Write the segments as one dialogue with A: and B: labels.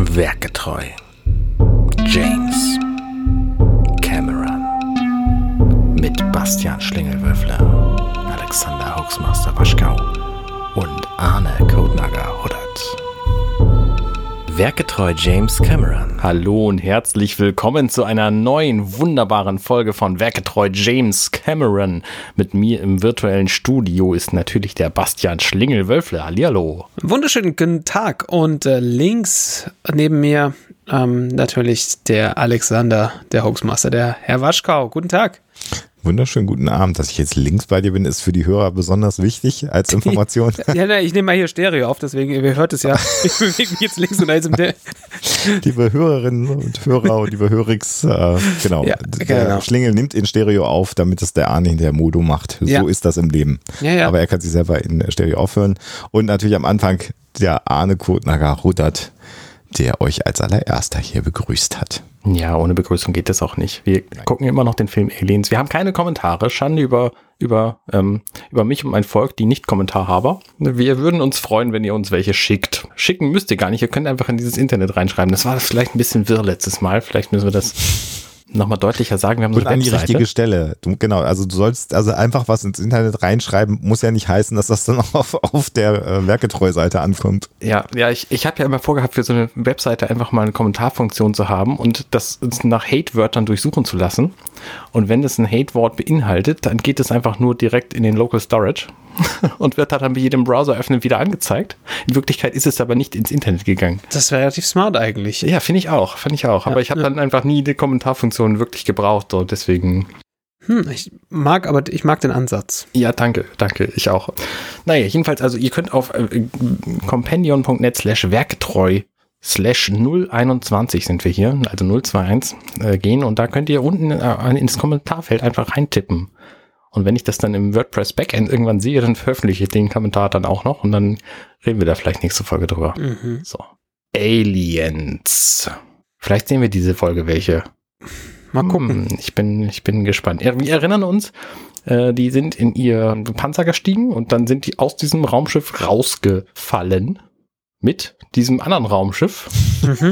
A: Werketreu. James Cameron. Mit Bastian Schlingelwürfler, Alexander Hoaxmaster-Waschkau und Arne Codenager-Huddert. Werketreu James Cameron.
B: Hallo und herzlich willkommen zu einer neuen, wunderbaren Folge von Werketreu James Cameron. Mit mir im virtuellen Studio ist natürlich der Bastian Schlingelwölfle. Hallihallo.
C: Wunderschönen guten Tag und links neben mir natürlich der Alexander, der Hoaxmaster, der Herr Waschkau. Guten Tag.
D: Wunderschönen guten Abend. Dass ich jetzt links bei dir bin, ist für die Hörer besonders wichtig als Information.
C: Ja, ich nehme mal hier Stereo auf, deswegen, ihr hört es ja. Ich bewege mich jetzt links und rechts.
D: Liebe Hörerinnen und Hörer und liebe Hörix, genau.
C: Ja,
D: der Schlingel nimmt in Stereo auf, damit es der Arne hinterher Modo macht. So ist das im Leben.
C: Ja.
D: Aber er kann sich selber in Stereo aufhören. Und natürlich am Anfang der Arne Codenager-Huddert, der euch als allererster hier begrüßt hat.
B: Ja, ohne Begrüßung geht das auch nicht. Wir gucken immer noch den Film Aliens. Wir haben keine Kommentare. Schande über mich und mein Volk, die nicht Kommentarhaber. Wir würden uns freuen, wenn ihr uns welche schickt. Schicken müsst ihr gar nicht. Ihr könnt einfach in dieses Internet reinschreiben. Das war vielleicht ein bisschen wirr letztes Mal. Vielleicht müssen wir das nochmal deutlicher sagen. Wir haben so eine
D: an die
B: Webseite.
D: Richtige Stelle. Genau, also du sollst also einfach was ins Internet reinschreiben, muss ja nicht heißen, dass das dann auch auf der Werketreu-Seite ankommt.
B: Ja, ich habe ja immer vorgehabt, für so eine Webseite einfach mal eine Kommentarfunktion zu haben und das nach Hate-Wörtern durchsuchen zu lassen. Und wenn das ein Hate-Wort beinhaltet, dann geht es einfach nur direkt in den Local Storage und wird dann bei jedem Browser öffnen wieder angezeigt. In Wirklichkeit ist es aber nicht ins Internet gegangen.
C: Das wäre relativ smart eigentlich.
B: Ja, finde ich auch. Aber ich habe dann einfach nie die Kommentarfunktion wirklich gebraucht und deswegen.
C: Ich mag den Ansatz.
B: Ja, danke, ich auch. Naja, jedenfalls, also ihr könnt auf companion.net/werketreu/021 sind wir hier, also 021, gehen und da könnt ihr unten ins Kommentarfeld einfach reintippen. Und wenn ich das dann im WordPress-Backend irgendwann sehe, dann veröffentliche ich den Kommentar dann auch noch und dann reden wir da vielleicht nächste Folge drüber.
C: Mhm.
B: So. Aliens. Vielleicht sehen wir diese Folge welche.
C: Mal gucken.
B: Ich bin gespannt. Wir erinnern uns, die sind in ihr Panzer gestiegen und dann sind die aus diesem Raumschiff rausgefallen mit diesem anderen Raumschiff.
C: Mhm.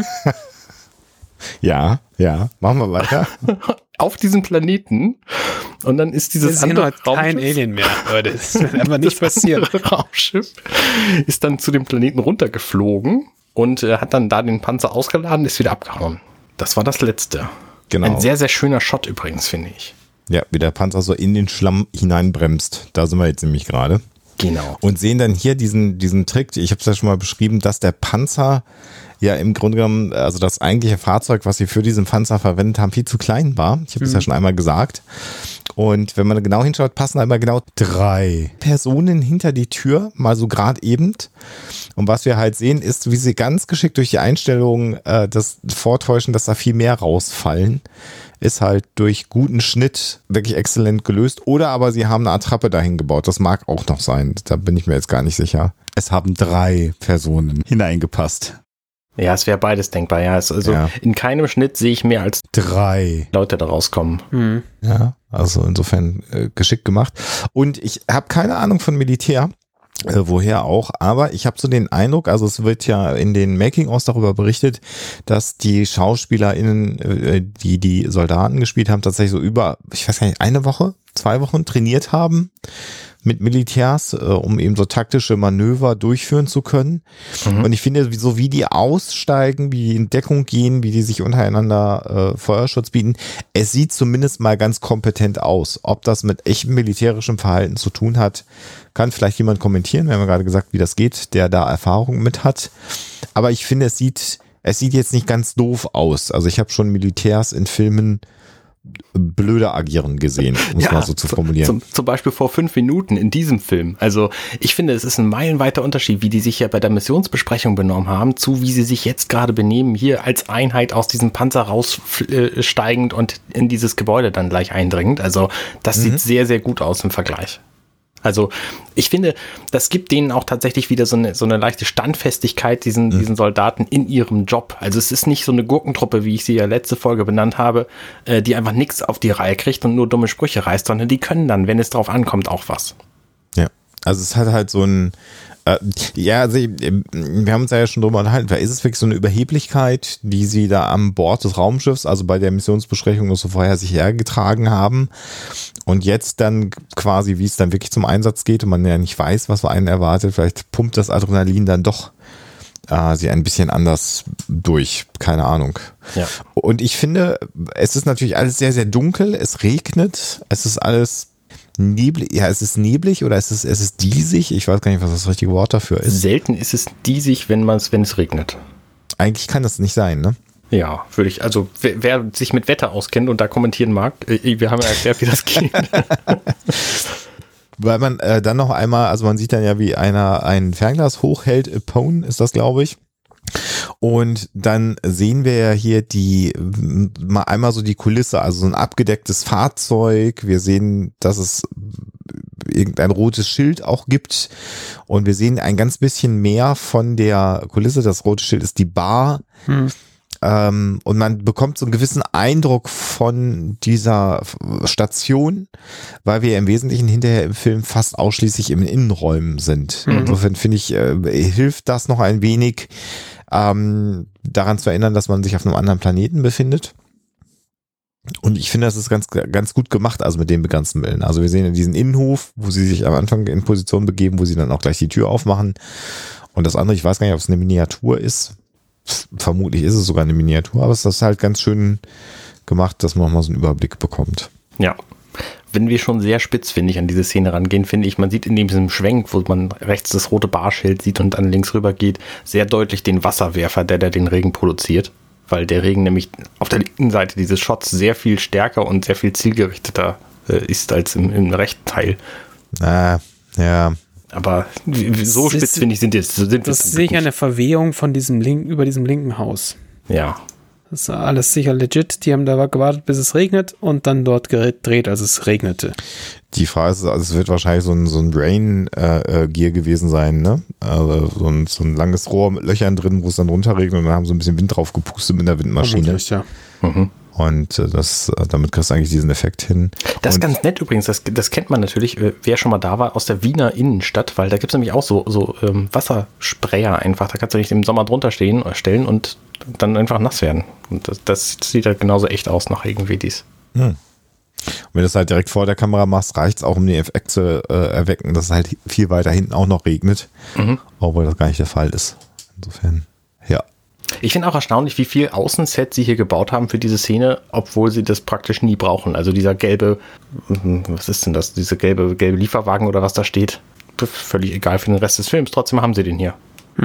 D: Ja, machen wir weiter.
B: Auf diesem Planeten und dann ist dieses andere
C: Raumschiff kein Alien mehr, Leute. Das wird einfach nicht passieren.
B: Raumschiff ist dann zu dem Planeten runtergeflogen und hat dann da den Panzer ausgeladen, ist wieder abgehauen. Das war das Letzte.
D: Genau.
B: Ein sehr, sehr schöner Shot übrigens, finde ich.
D: Ja, wie der Panzer so in den Schlamm hineinbremst. Da sind wir jetzt nämlich gerade.
B: Genau.
D: Und sehen dann hier diesen Trick, ich habe es ja schon mal beschrieben, dass der Panzer ja im Grunde genommen, also das eigentliche Fahrzeug, was sie für diesen Panzer verwendet haben, viel zu klein war. Ich habe das ja schon einmal gesagt. Und wenn man genau hinschaut, passen da immer genau 3 Personen hinter die Tür, mal so gerade eben. Und was wir halt sehen, ist, wie sie ganz geschickt durch die Einstellungen das vortäuschen, dass da viel mehr rausfallen. Ist halt durch guten Schnitt wirklich exzellent gelöst. Oder aber sie haben eine Attrappe dahin gebaut. Das mag auch noch sein. Da bin ich mir jetzt gar nicht sicher. Es haben 3 Personen hineingepasst.
B: Ja, es wäre beides denkbar. Ja, in keinem Schnitt sehe ich mehr als
D: 3
B: Leute da rauskommen.
C: Mhm.
D: Ja, also insofern geschickt gemacht. Und ich habe keine Ahnung von Militär. Woher auch, aber ich habe so den Eindruck, also es wird ja in den Making-ofs darüber berichtet, dass die SchauspielerInnen, die Soldaten gespielt haben, tatsächlich so über, ich weiß gar nicht, 1 Woche, 2 Wochen trainiert haben mit Militärs, um eben so taktische Manöver durchführen zu können. Mhm. Und ich finde, so wie die aussteigen, wie die in Deckung gehen, wie die sich untereinander Feuerschutz bieten, es sieht zumindest mal ganz kompetent aus. Ob das mit echtem militärischem Verhalten zu tun hat, kann vielleicht jemand kommentieren. Wir haben ja gerade gesagt, wie das geht, der da Erfahrung mit hat. Aber ich finde, es sieht jetzt nicht ganz doof aus. Also ich habe schon Militärs in Filmen blöder agieren gesehen, um es mal so zu formulieren.
B: Zum Beispiel vor 5 Minuten in diesem Film. Also ich finde, es ist ein meilenweiter Unterschied, wie die sich ja bei der Missionsbesprechung benommen haben, zu wie sie sich jetzt gerade benehmen, hier als Einheit aus diesem Panzer raussteigend und in dieses Gebäude dann gleich eindringend. Also das sieht sehr, sehr gut aus im Vergleich. Also ich finde, das gibt denen auch tatsächlich wieder so eine leichte Standfestigkeit, diesen Soldaten in ihrem Job. Also es ist nicht so eine Gurkentruppe, wie ich sie ja letzte Folge benannt habe, die einfach nichts auf die Reihe kriegt und nur dumme Sprüche reißt, sondern die können dann, wenn es drauf ankommt, auch was.
D: Ja, also es hat halt so ein Ja, also wir haben uns ja schon drüber unterhalten, ist es wirklich so eine Überheblichkeit, die sie da an Bord des Raumschiffs, also bei der Missionsbesprechung so vorher sich hergetragen haben und jetzt dann quasi, wie es dann wirklich zum Einsatz geht und man ja nicht weiß, was einen erwartet, vielleicht pumpt das Adrenalin dann doch sie ein bisschen anders durch, keine Ahnung.
B: Ja.
D: Und ich finde, es ist natürlich alles sehr, sehr dunkel, es regnet, es ist alles neblig, ja, es ist neblig oder es ist diesig, ich weiß gar nicht, was das richtige Wort dafür ist.
B: Selten ist es diesig, wenn es regnet.
D: Eigentlich kann das nicht sein, ne?
B: Ja, würde ich, also wer sich mit Wetter auskennt und da kommentieren mag, wir haben ja erklärt, wie das geht.
D: Weil man dann noch einmal, also man sieht dann ja, wie einer ein Fernglas hochhält, Pone ist das, glaube ich. Und dann sehen wir ja hier mal einmal so die Kulisse, also so ein abgedecktes Fahrzeug. Wir sehen, dass es irgendein rotes Schild auch gibt. Und wir sehen ein ganz bisschen mehr von der Kulisse. Das rote Schild ist die Bar. Und man bekommt so einen gewissen Eindruck von dieser Station, weil wir im Wesentlichen hinterher im Film fast ausschließlich in Innenräumen sind. Insofern finde ich, hilft das noch ein wenig, daran zu erinnern, dass man sich auf einem anderen Planeten befindet. Und ich finde, das ist ganz, ganz gut gemacht, also mit dem ganzen Willen. Also wir sehen ja diesen Innenhof, wo sie sich am Anfang in Position begeben, wo sie dann auch gleich die Tür aufmachen. Und das andere, ich weiß gar nicht, ob es eine Miniatur ist. Vermutlich ist es sogar eine Miniatur, aber es ist halt ganz schön gemacht, dass man nochmal so einen Überblick bekommt.
B: Ja. Wenn wir schon sehr spitzfindig an diese Szene rangehen, finde ich, man sieht in diesem Schwenk, wo man rechts das rote Barschild sieht und dann links rüber geht, sehr deutlich den Wasserwerfer, der den Regen produziert, weil der Regen nämlich auf der linken Seite dieses Shots sehr viel stärker und sehr viel zielgerichteter ist als im rechten Teil.
D: Ja.
B: Aber so spitzfindig sind wir.
C: Das sehe ich eine Verwehung von über diesem linken Haus.
B: Ja.
C: Das ist alles sicher legit. Die haben da gewartet, bis es regnet und dann dort gedreht, als es regnete.
D: Die Frage ist, also es wird wahrscheinlich so ein Brain-Gear gewesen sein, ne? Also so ein langes Rohr mit Löchern drin, wo es dann runterregnet und dann haben so ein bisschen Wind drauf gepustet mit der Windmaschine.
C: Ja.
D: Und damit kriegst du eigentlich diesen Effekt hin.
B: Das ist ganz nett übrigens, das kennt man natürlich, wer schon mal da war, aus der Wiener Innenstadt, weil da gibt es nämlich auch so Wassersprayer einfach, da kannst du nicht im Sommer drunter stellen und dann einfach nass werden. Und das sieht halt genauso echt aus nach Regenvedis.
D: Und wenn du das halt direkt vor der Kamera machst, reicht es auch, um den Effekt zu erwecken, dass es halt viel weiter hinten auch noch regnet, obwohl das gar nicht der Fall ist. Insofern, ja.
B: Ich finde auch erstaunlich, wie viel Außenset sie hier gebaut haben für diese Szene, obwohl sie das praktisch nie brauchen. Also dieser gelbe, was ist denn das? Diese gelbe Lieferwagen oder was da steht, völlig egal für den Rest des Films. Trotzdem haben sie den hier.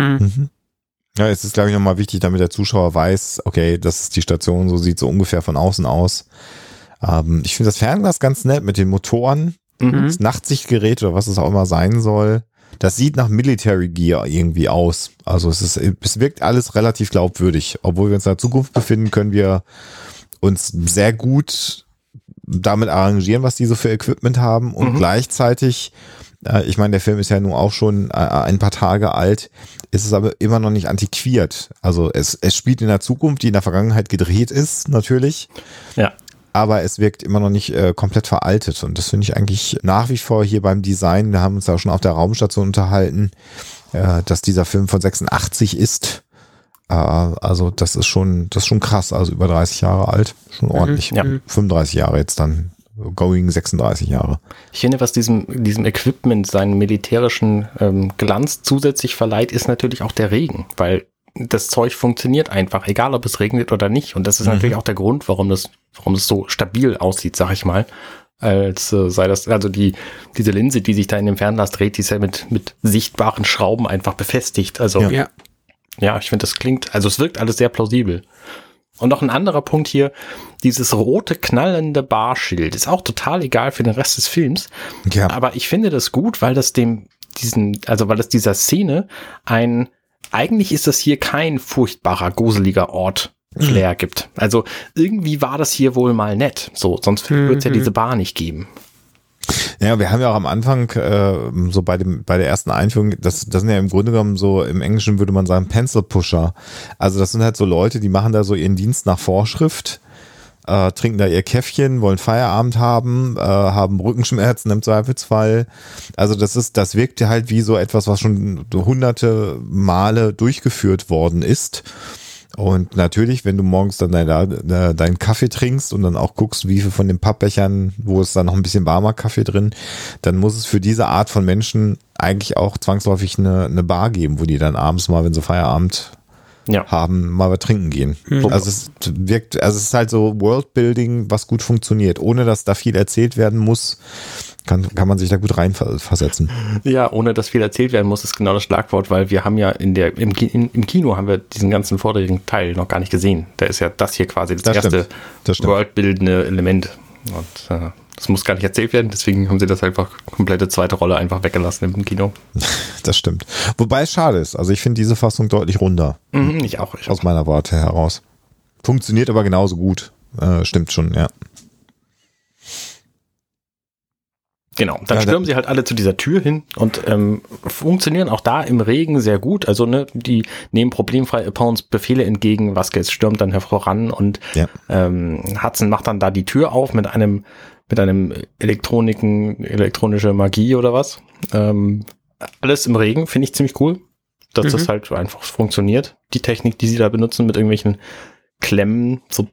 D: Ja, es ist, glaube ich, nochmal wichtig, damit der Zuschauer weiß, okay, das ist die Station, so sieht so ungefähr von außen aus. Ich finde das Fernglas ganz nett mit den Motoren, das Nachtsichtgerät oder was es auch immer sein soll. Das sieht nach Military Gear irgendwie aus. Also es wirkt alles relativ glaubwürdig. Obwohl wir uns in der Zukunft befinden, können wir uns sehr gut damit arrangieren, was die so für Equipment haben. Und gleichzeitig, ich meine, der Film ist ja nun auch schon ein paar Tage alt, ist es aber immer noch nicht antiquiert. Also es spielt in der Zukunft, die in der Vergangenheit gedreht ist, natürlich.
B: Ja.
D: Aber es wirkt immer noch nicht komplett veraltet. Und das finde ich eigentlich nach wie vor hier beim Design, wir haben uns ja schon auf der Raumstation unterhalten, dass dieser Film von 86 ist. Also das ist schon krass, also über 30 Jahre alt, schon ordentlich. Ja. 35 Jahre jetzt dann, going 36 Jahre.
B: Ich finde, was diesem Equipment seinen militärischen Glanz zusätzlich verleiht, ist natürlich auch der Regen, weil das Zeug funktioniert einfach, egal ob es regnet oder nicht. Und das ist natürlich auch der Grund, warum es so stabil aussieht, sag ich mal. Als sei das, also diese Linse, die sich da in dem Fernglas dreht, die ist ja mit sichtbaren Schrauben einfach befestigt. Also ja, ich finde, das klingt, also es wirkt alles sehr plausibel. Und noch ein anderer Punkt hier, dieses rote, knallende Barschild ist auch total egal für den Rest des Films. Ja. Aber ich finde das gut, weil das dieser Szene eigentlich ist das hier kein furchtbarer, gruseliger Ort Flair gibt. Also irgendwie war das hier wohl mal nett. So, sonst würde es ja diese Bar nicht geben.
D: Ja, wir haben ja auch am Anfang so bei der ersten Einführung, das sind ja im Grunde genommen so, im Englischen würde man sagen Pencil Pusher. Also das sind halt so Leute, die machen da so ihren Dienst nach Vorschrift. trinken da ihr Käffchen, wollen Feierabend haben, haben Rückenschmerzen im Zweifelsfall. Also das wirkt halt wie so etwas, was schon hunderte Male durchgeführt worden ist. Und natürlich, wenn du morgens dann deinen Kaffee trinkst und dann auch guckst, wie viel von den Pappbechern, wo ist da noch ein bisschen warmer Kaffee drin, dann muss es für diese Art von Menschen eigentlich auch zwangsläufig eine Bar geben, wo die dann abends mal, wenn sie Feierabend haben, mal was trinken gehen. Also es ist halt so Worldbuilding, was gut funktioniert, ohne dass da viel erzählt werden muss. Kann man sich da gut reinversetzen.
B: Ja, ohne dass viel erzählt werden muss, ist genau das Schlagwort, weil wir haben ja im Kino haben wir diesen ganzen vorderigen Teil noch gar nicht gesehen. Da ist ja das hier quasi das erste worldbildende Element. Und das muss gar nicht erzählt werden, deswegen haben sie das einfach komplette zweite Rolle einfach weggelassen im Kino.
D: Das stimmt. Wobei es schade ist. Also ich finde diese Fassung deutlich runder.
B: Ich auch.
D: Aus meiner Warte heraus. Funktioniert aber genauso gut. Stimmt schon, ja.
B: Genau, dann stürmen sie halt alle zu dieser Tür hin und funktionieren auch da im Regen sehr gut. Also die nehmen problemfrei Appones Befehle entgegen. Vasquez stürmt dann voran und Hudson macht dann da die Tür auf mit einem elektronische Magie oder was. Alles im Regen, finde ich ziemlich cool, dass das halt einfach funktioniert. Die Technik, die sie da benutzen mit irgendwelchen Klemmen, so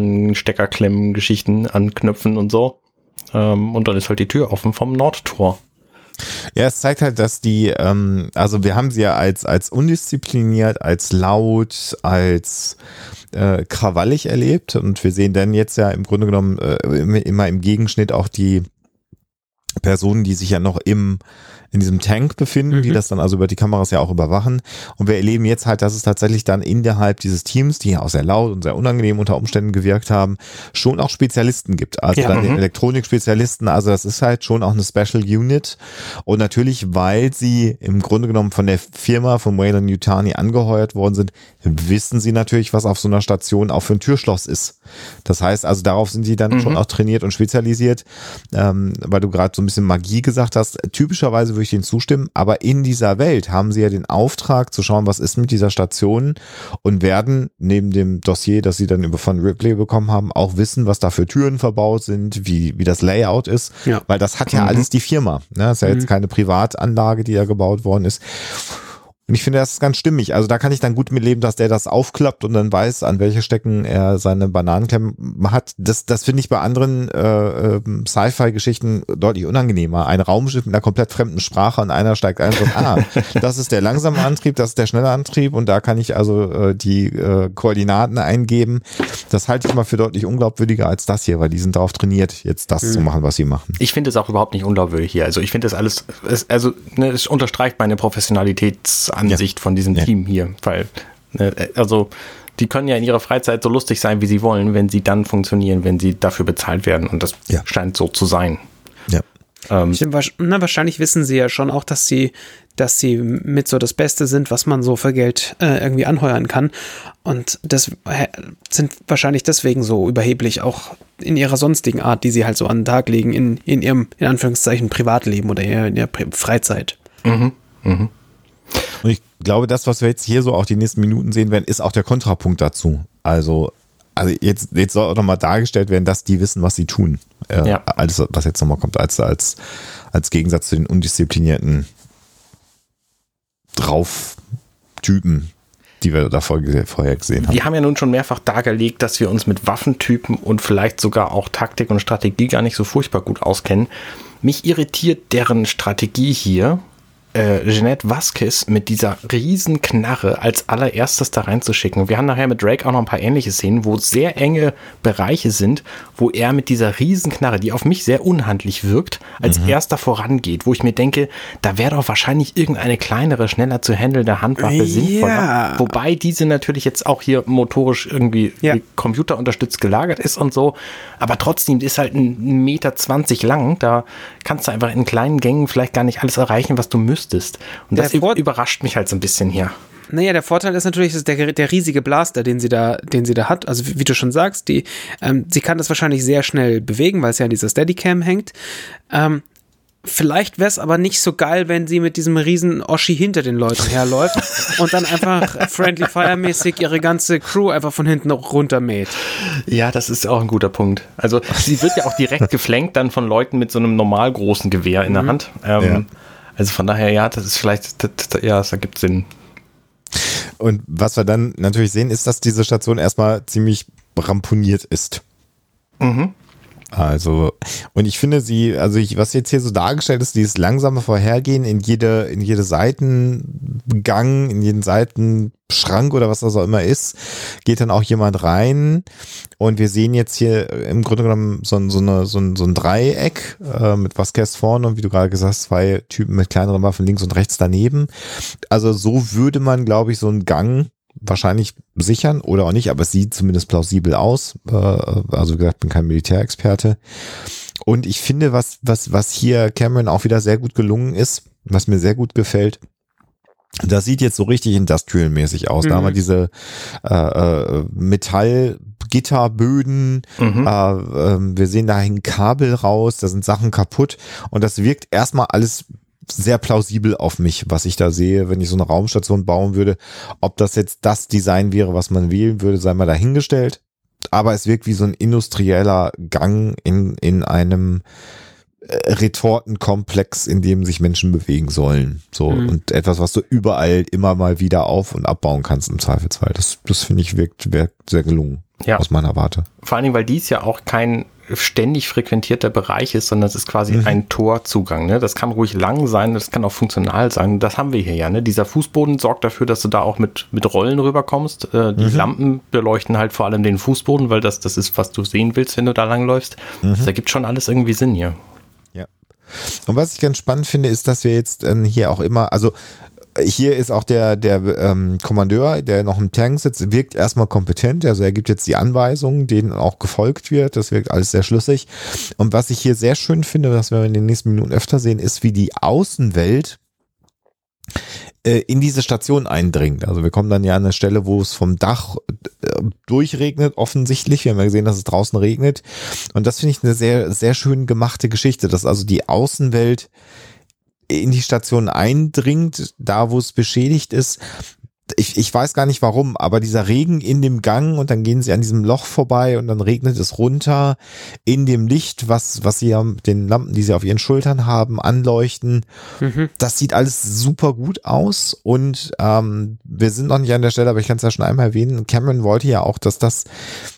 B: Bananen-Steckerklemmen-Geschichten an Knöpfen und so. Und dann ist halt die Tür offen vom Nordtor.
D: Ja, es zeigt halt, dass also wir haben sie ja als undiszipliniert, als laut, als krawallig erlebt und wir sehen dann jetzt ja im Grunde genommen immer im Gegenschnitt auch die Personen, die sich ja noch in diesem Tank befinden, die das dann also über die Kameras ja auch überwachen. Und wir erleben jetzt halt, dass es tatsächlich dann innerhalb dieses Teams, die ja auch sehr laut und sehr unangenehm unter Umständen gewirkt haben, schon auch Spezialisten gibt. Also dann den Elektronik-Spezialisten, also das ist halt schon auch eine Special Unit. Und natürlich, weil sie im Grunde genommen von der Firma von Weyland-Yutani angeheuert worden sind, wissen sie natürlich, was auf so einer Station auch für ein Türschloss ist. Das heißt, also darauf sind sie dann schon auch trainiert und spezialisiert, weil du gerade so ein bisschen Magie gesagt hast. Typischerweise würde ich denen zustimmen, aber in dieser Welt haben sie ja den Auftrag zu schauen, was ist mit dieser Station und werden neben dem Dossier, das sie dann von Ripley bekommen haben, auch wissen, was da für Türen verbaut sind, wie das Layout ist, weil das hat ja alles die Firma. Ne? Das ist ja jetzt keine Privatanlage, die ja gebaut worden ist. Und ich finde, das ist ganz stimmig. Also da kann ich dann gut mitleben, dass der das aufklappt und dann weiß, an welche Stecken er seine Bananenklemmen hat. Das finde ich bei anderen Sci-Fi-Geschichten deutlich unangenehmer. Ein Raumschiff mit einer komplett fremden Sprache und einer steigt ein und sagt, das ist der langsame Antrieb, das ist der schnelle Antrieb und da kann ich also die Koordinaten eingeben. Das halte ich mal für deutlich unglaubwürdiger als das hier, weil die sind darauf trainiert, jetzt das zu machen, was sie machen.
B: Ich finde es auch überhaupt nicht unglaubwürdig hier. Also ich finde das alles, es unterstreicht meine Professionalitätsansicht von diesem Team hier, weil, also die können ja in ihrer Freizeit so lustig sein, wie sie wollen, wenn sie dann funktionieren, wenn sie dafür bezahlt werden und das scheint so zu sein.
D: Ja.
C: Wahrscheinlich wissen sie ja schon auch, dass sie mit so das Beste sind, was man so für Geld irgendwie anheuern kann und das sind wahrscheinlich deswegen so überheblich auch in ihrer sonstigen Art, die sie halt so an den Tag legen in ihrem, in Anführungszeichen, Privatleben oder in ihrer Freizeit.
D: Und ich glaube, das, was wir jetzt hier so auch die nächsten Minuten sehen werden, ist auch der Kontrapunkt dazu. Also jetzt soll auch nochmal dargestellt werden, dass die wissen, was sie tun. Alles, was jetzt nochmal kommt, als Gegensatz zu den undisziplinierten Drauftypen, die wir da vorher gesehen haben.
B: Die haben ja nun schon mehrfach dargelegt, dass wir uns mit Waffentypen und vielleicht sogar auch Taktik und Strategie gar nicht so furchtbar gut auskennen. Mich irritiert deren Strategie hier, Jeanette Vasquez mit dieser riesen Knarre als allererstes da reinzuschicken. Wir haben nachher mit Drake auch noch ein paar ähnliche Szenen, wo sehr enge Bereiche sind, wo er mit dieser riesen Knarre, die auf mich sehr unhandlich wirkt, als erster vorangeht, wo ich mir denke, da wäre doch wahrscheinlich irgendeine kleinere, schneller zu handelnde Handwaffe sinnvoller. Wobei diese natürlich jetzt auch hier motorisch irgendwie computerunterstützt gelagert ist und so, aber trotzdem ist halt 1,20 Meter lang, da kannst du einfach in kleinen Gängen vielleicht gar nicht alles erreichen, was du müsstest. Und das überrascht mich halt so ein bisschen hier.
C: Naja, der Vorteil ist natürlich, dass der riesige Blaster, den sie da hat, also wie du schon sagst, sie kann das wahrscheinlich sehr schnell bewegen, weil es ja an dieser Steadicam hängt. Vielleicht wäre es aber nicht so geil, wenn sie mit diesem riesen Oschi hinter den Leuten herläuft und dann einfach Friendly Fire-mäßig ihre ganze Crew einfach von hinten runtermäht.
B: Ja, das ist auch ein guter Punkt. Also sie wird ja auch direkt geflankt dann von Leuten mit so einem normal großen Gewehr in der Hand. Also von daher, ja, das ist vielleicht, das ergibt Sinn.
D: Und was wir dann natürlich sehen, ist, dass diese Station erstmal ziemlich ramponiert ist. Also, und ich finde was jetzt hier so dargestellt ist, dieses langsame Vorhergehen in jede Seitengang, in jeden Seitenschrank oder was das auch immer ist, geht dann auch jemand rein und wir sehen jetzt hier im Grunde genommen so ein Dreieck mit Vasquez vorne und wie du gerade gesagt hast, 2 Typen mit kleineren Waffen links und rechts daneben. Also so würde man, glaube ich, so einen Gang wahrscheinlich sichern oder auch nicht, aber es sieht zumindest plausibel aus. Also wie gesagt, bin kein Militärexperte. Und ich finde, was hier Cameron auch wieder sehr gut gelungen ist, was mir sehr gut gefällt, das sieht jetzt so richtig industrial-mäßig aus. Da haben wir diese Metallgitterböden, wir sehen da hängen Kabel raus, da sind Sachen kaputt und das wirkt erstmal alles sehr plausibel auf mich, was ich da sehe, wenn ich so eine Raumstation bauen würde. Ob das jetzt das Design wäre, was man wählen würde, sei mal dahingestellt. Aber es wirkt wie so ein industrieller Gang in einem Retortenkomplex, in dem sich Menschen bewegen sollen. So, und etwas, was du überall immer mal wieder auf- und abbauen kannst im Zweifelsfall. Das finde ich wirkt sehr gelungen aus meiner Warte.
B: Vor allen Dingen, weil dies ja auch kein ständig frequentierter Bereich ist, sondern es ist quasi ein Torzugang. Ne? Das kann ruhig lang sein, das kann auch funktional sein. Das haben wir hier ja. Ne? Dieser Fußboden sorgt dafür, dass du da auch mit Rollen rüberkommst. Die Lampen beleuchten halt vor allem den Fußboden, weil das ist, was du sehen willst, wenn du da langläufst. Das ergibt schon alles irgendwie Sinn hier.
D: Ja. Und was ich ganz spannend finde, ist, dass wir jetzt hier auch immer, also hier ist auch der Kommandeur, der noch im Tank sitzt, wirkt erstmal kompetent. Also er gibt jetzt die Anweisungen, denen auch gefolgt wird. Das wirkt alles sehr schlüssig. Und was ich hier sehr schön finde, was wir in den nächsten Minuten öfter sehen, ist, wie die Außenwelt in diese Station eindringt. Also wir kommen dann ja an eine Stelle, wo es vom Dach durchregnet, offensichtlich. Wir haben ja gesehen, dass es draußen regnet. Und das finde ich eine sehr, sehr schön gemachte Geschichte, dass also die Außenwelt in die Station eindringt, da wo es beschädigt ist. Ich weiß gar nicht warum, aber dieser Regen in dem Gang und dann gehen sie an diesem Loch vorbei und dann regnet es runter in dem Licht, was sie ja mit den Lampen, die sie auf ihren Schultern haben, anleuchten. Das sieht alles super gut aus und wir sind noch nicht an der Stelle, aber ich kann es ja schon einmal erwähnen, Cameron wollte ja auch, dass das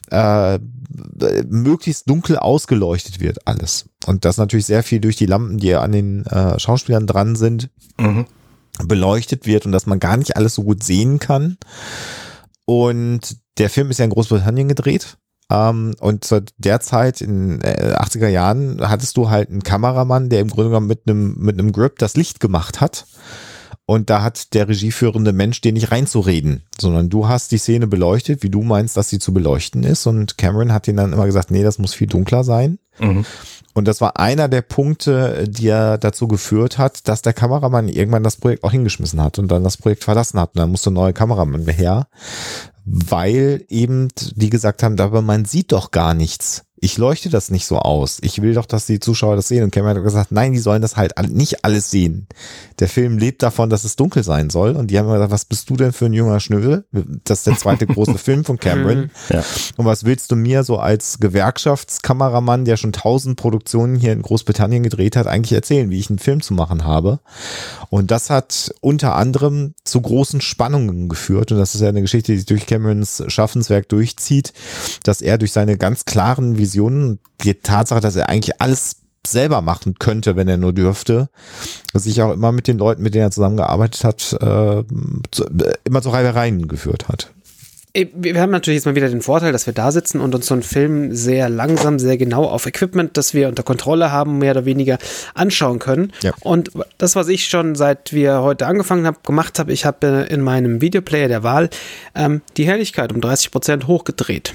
D: möglichst dunkel ausgeleuchtet wird alles. Und das natürlich sehr viel durch die Lampen, die an den Schauspielern dran sind, beleuchtet wird und dass man gar nicht alles so gut sehen kann. Und der Film ist ja in Großbritannien gedreht. Und zu der Zeit in 80er Jahren hattest du halt einen Kameramann, der im Grunde genommen mit einem Grip das Licht gemacht hat. Und da hat der regieführende Mensch dir nicht reinzureden, sondern du hast die Szene beleuchtet, wie du meinst, dass sie zu beleuchten ist. Und Cameron hat ihnen dann immer gesagt, nee, das muss viel dunkler sein. Und das war einer der Punkte, die ja dazu geführt hat, dass der Kameramann irgendwann das Projekt auch hingeschmissen hat und dann das Projekt verlassen hat. Und dann musste ein neuer Kameramann her, weil eben die gesagt haben, aber man sieht doch gar nichts. Ich leuchte das nicht so aus. Ich will doch, dass die Zuschauer das sehen. Und Cameron hat gesagt, nein, die sollen das halt nicht alles sehen. Der Film lebt davon, dass es dunkel sein soll. Und die haben gesagt, was bist du denn für ein junger Schnösel? Das ist der zweite große Film von Cameron. Ja. Und was willst du mir so als Gewerkschaftskameramann, der schon 1000 Produktionen hier in Großbritannien gedreht hat, eigentlich erzählen, wie ich einen Film zu machen habe? Und das hat unter anderem zu großen Spannungen geführt. Und das ist ja eine Geschichte, die sich durch Camerons Schaffenswerk durchzieht, dass er durch seine ganz klaren Visionen, die Tatsache, dass er eigentlich alles selber machen könnte, wenn er nur dürfte, sich auch immer mit den Leuten, mit denen er zusammengearbeitet hat, immer zu Reibereien geführt hat.
C: Wir haben natürlich jetzt mal wieder den Vorteil, dass wir da sitzen und uns so einen Film sehr langsam, sehr genau auf Equipment, das wir unter Kontrolle haben, mehr oder weniger anschauen können. Ja. Und das, was ich schon seit wir heute angefangen haben, gemacht habe, ich habe in meinem Videoplayer der Wahl die Helligkeit um 30% hochgedreht.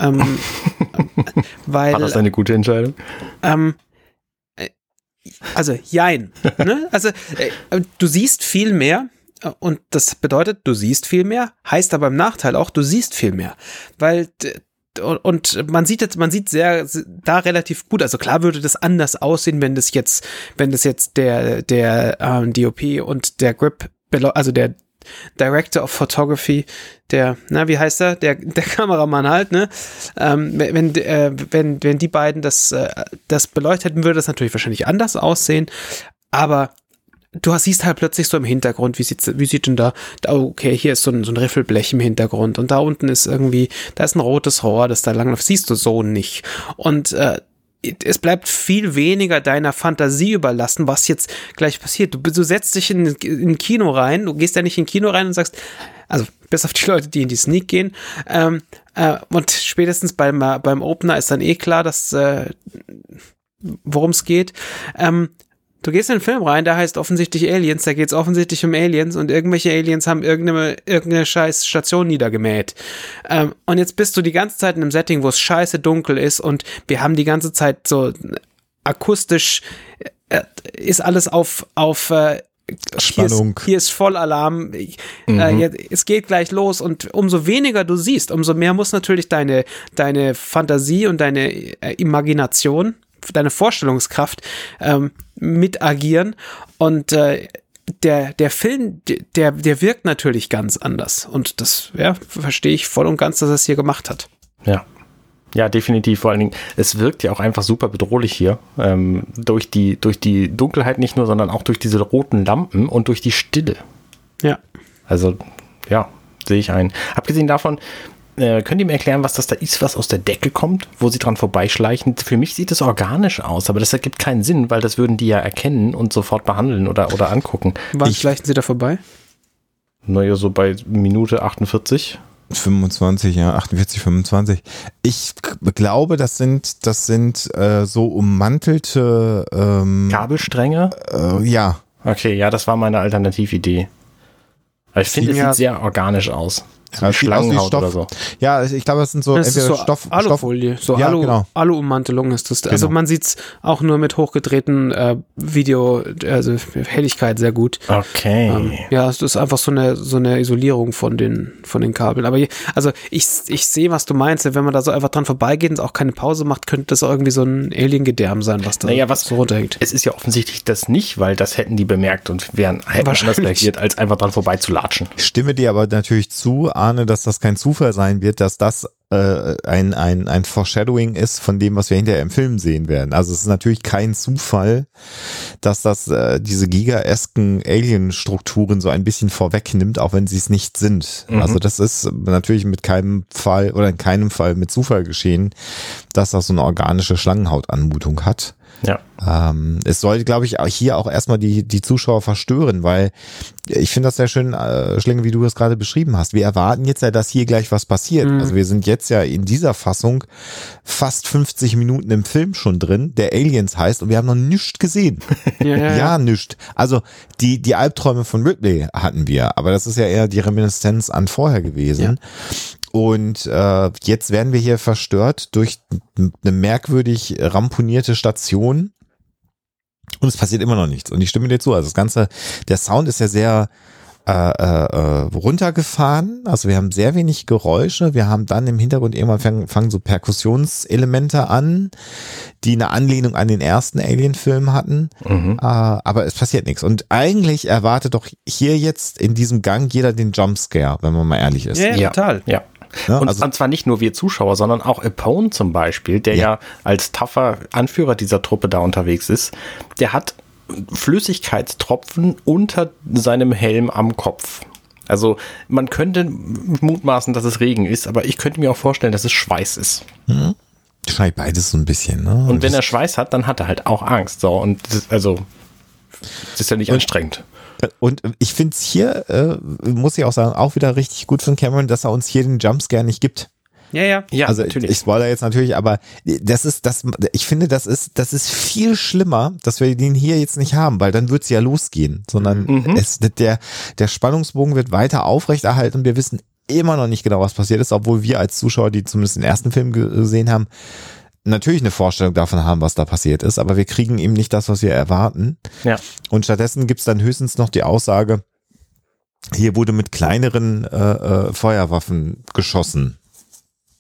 B: War das eine gute Entscheidung?
C: Also, jein. Ne? Also, du siehst viel mehr. Und das bedeutet, du siehst viel mehr, heißt aber im Nachteil auch, du siehst viel mehr. Weil man sieht da relativ gut, also klar würde das anders aussehen, wenn das jetzt der DOP und der Grip, also der Director of Photography, wie heißt er? Der Kameramann halt, ne? Wenn die beiden das beleuchtet hätten, würde das natürlich wahrscheinlich anders aussehen, aber du siehst halt plötzlich so im Hintergrund, wie sieht denn da, okay, hier ist so ein Riffelblech im Hintergrund und da unten ist da ist ein rotes Rohr, das da lang läuft, siehst du so nicht. Und es bleibt viel weniger deiner Fantasie überlassen, was jetzt gleich passiert. Du setzt dich in ein Kino rein, du gehst ja nicht in ein Kino rein und sagst, also bis auf die Leute, die in die Sneak gehen, und spätestens beim Opener ist dann klar, dass worum es geht. Du gehst in den Film rein, der heißt offensichtlich Aliens, da geht es offensichtlich um Aliens und irgendwelche Aliens haben irgendeine scheiß Station niedergemäht. Und jetzt bist du die ganze Zeit in einem Setting, wo es scheiße dunkel ist und wir haben die ganze Zeit so akustisch, ist alles auf
D: Spannung.
C: Hier ist Vollalarm, es geht gleich los und umso weniger du siehst, umso mehr muss natürlich deine Fantasie und deine Imagination, deine Vorstellungskraft mit agieren und der Film, der wirkt natürlich ganz anders und das verstehe ich voll und ganz, dass er es hier gemacht hat.
B: Ja, definitiv. Vor allen Dingen, es wirkt ja auch einfach super bedrohlich hier. Durch die Dunkelheit nicht nur, sondern auch durch diese roten Lampen und durch die Stille.
C: Ja.
B: Also, ja, sehe ich ein. Abgesehen davon, könnt ihr mir erklären, was das da ist, was aus der Decke kommt, wo sie dran vorbeischleichen? Für mich sieht es organisch aus, aber das ergibt keinen Sinn, weil das würden die ja erkennen und sofort behandeln oder angucken.
C: Wann schleichen sie da vorbei?
B: Naja, so bei Minute 48.
D: 25, ja, 48, 25. Ich glaube, das sind so ummantelte
B: Kabelstränge?
D: Ja.
B: Okay, ja, das war meine Alternatividee. Aber ich finde, es sieht sehr organisch aus. So
D: Ja,
B: Schlangenhaut oder so.
D: Ja, ich glaube, das sind so
C: das
D: entweder
C: ist so Alufolie, so
D: ja, genau.
C: Alu-Ummantelung ist das. Also man sieht es auch nur mit hochgedrehten also Helligkeit sehr gut.
B: Okay.
C: Ja, es ist einfach so eine Isolierung von den Kabeln. Aber also ich sehe, was du meinst. Wenn man da so einfach dran vorbeigeht und auch keine Pause macht, könnte das auch irgendwie so ein Alien-Gedärm sein, was da so runterhängt.
B: Es ist ja offensichtlich das nicht, weil das hätten die bemerkt und hätten anders reagiert, als einfach dran vorbeizulatschen.
D: Ich stimme dir aber natürlich zu, Arne, dass das kein Zufall sein wird, dass das ein Foreshadowing ist von dem, was wir hinterher im Film sehen werden. Also es ist natürlich kein Zufall, dass das diese gigaesken Alien-Strukturen so ein bisschen vorwegnimmt, auch wenn sie es nicht sind. Also das ist natürlich in keinem Fall mit Zufall geschehen, dass das so eine organische Schlangenhautanmutung hat.
B: Ja.
D: Es sollte, glaube ich, hier auch erstmal die Zuschauer verstören, weil ich finde das sehr schön, Schlinge, wie du das gerade beschrieben hast. Wir erwarten jetzt ja, dass hier gleich was passiert. Also wir sind jetzt ja in dieser Fassung fast 50 Minuten im Film schon drin, der Aliens heißt, und wir haben noch nichts gesehen. Ja, nichts. Also die Albträume von Ripley hatten wir, aber das ist ja eher die Reminiszenz an vorher gewesen. Ja. Und jetzt werden wir hier verstört durch eine merkwürdig ramponierte Station und es passiert immer noch nichts. Und ich stimme dir zu, also der Sound ist ja sehr runtergefahren, also wir haben sehr wenig Geräusche, wir haben dann im Hintergrund irgendwann fangen so Perkussionselemente an, die eine Anlehnung an den ersten Alien-Film hatten, aber es passiert nichts. Und eigentlich erwartet doch hier jetzt in diesem Gang jeder den Jumpscare, wenn man mal ehrlich ist.
C: Ja, total.
B: Ja. Ja, und zwar nicht nur wir Zuschauer, sondern auch Apone zum Beispiel, der ja als tougher Anführer dieser Truppe da unterwegs ist, der hat Flüssigkeitstropfen unter seinem Helm am Kopf. Also man könnte mutmaßen, dass es Regen ist, aber ich könnte mir auch vorstellen, dass es Schweiß ist.
D: Wahrscheinlich beides so ein bisschen, ne?
B: Und wenn er Schweiß hat, dann hat er halt auch Angst. So, und das ist ja nicht anstrengend.
D: Und ich finde es hier, muss ich auch sagen, auch wieder richtig gut von Cameron, dass er uns hier den Jumpscare nicht gibt.
C: Ja,
D: also
B: natürlich.
D: Ich spoilere jetzt natürlich, aber ich finde, das ist viel schlimmer, dass wir den hier jetzt nicht haben, weil dann wird es ja losgehen, sondern der Spannungsbogen wird weiter aufrechterhalten und wir wissen immer noch nicht genau, was passiert ist, obwohl wir als Zuschauer, die zumindest den ersten Film gesehen haben, natürlich eine Vorstellung davon haben, was da passiert ist, aber wir kriegen eben nicht das, was wir erwarten.
B: Ja.
D: Und stattdessen gibt's dann höchstens noch die Aussage, hier wurde mit kleineren Feuerwaffen geschossen.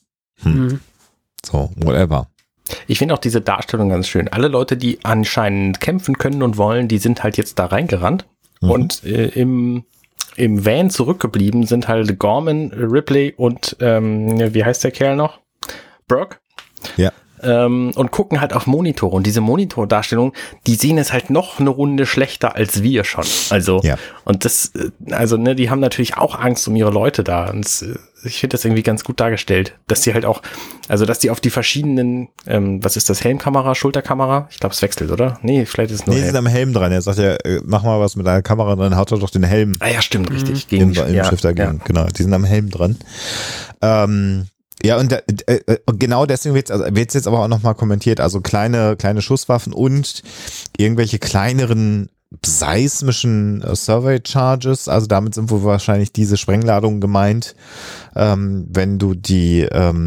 D: So, whatever.
B: Ich finde auch diese Darstellung ganz schön. Alle Leute, die anscheinend kämpfen können und wollen, die sind halt jetzt da reingerannt. Und im Van zurückgeblieben sind halt Gorman, Ripley und wie heißt der Kerl noch? Burke.
D: Ja.
B: Und gucken halt auf Monitore. Und diese Monitordarstellung, die sehen es halt noch eine Runde schlechter als wir schon. Also,
D: ja.
B: Und das, also, ne, die haben natürlich auch Angst um ihre Leute da. Und ich finde das irgendwie ganz gut dargestellt, dass die halt auch, also, dass die auf die verschiedenen, was ist das, Helmkamera, Schulterkamera? Ich glaube, es wechselt, oder? Nee, vielleicht ist es nur
D: Helm. Die sind am Helm dran. Er sagt ja, mach mal was mit deiner Kamera, dann haut er doch den Helm.
B: Ah ja, stimmt, richtig.
D: Im Schiff dagegen. Ja. Genau, die sind am Helm dran. Ja, und genau deswegen wird's jetzt aber auch nochmal kommentiert, also kleine Schusswaffen und irgendwelche kleineren seismischen Survey Charges, also damit sind wohl wahrscheinlich diese Sprengladungen gemeint, wenn du die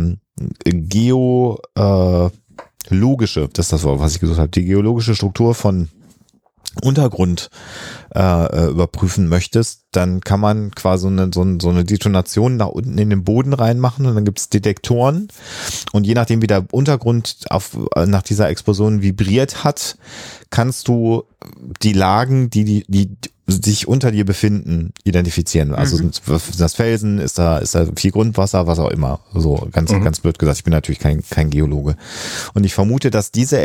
D: geologische, das ist das Wort, was ich gesucht habe, die geologische Struktur von Untergrund überprüfen möchtest, dann kann man quasi so eine Detonation nach unten in den Boden reinmachen und dann gibt es Detektoren und je nachdem wie der Untergrund nach dieser Explosion vibriert hat, kannst du die Lagen, die sich unter dir befinden, identifizieren. Also sind das Felsen, ist da viel Grundwasser, was auch immer. So ganz blöd gesagt, ich bin natürlich kein Geologe. Und ich vermute, dass diese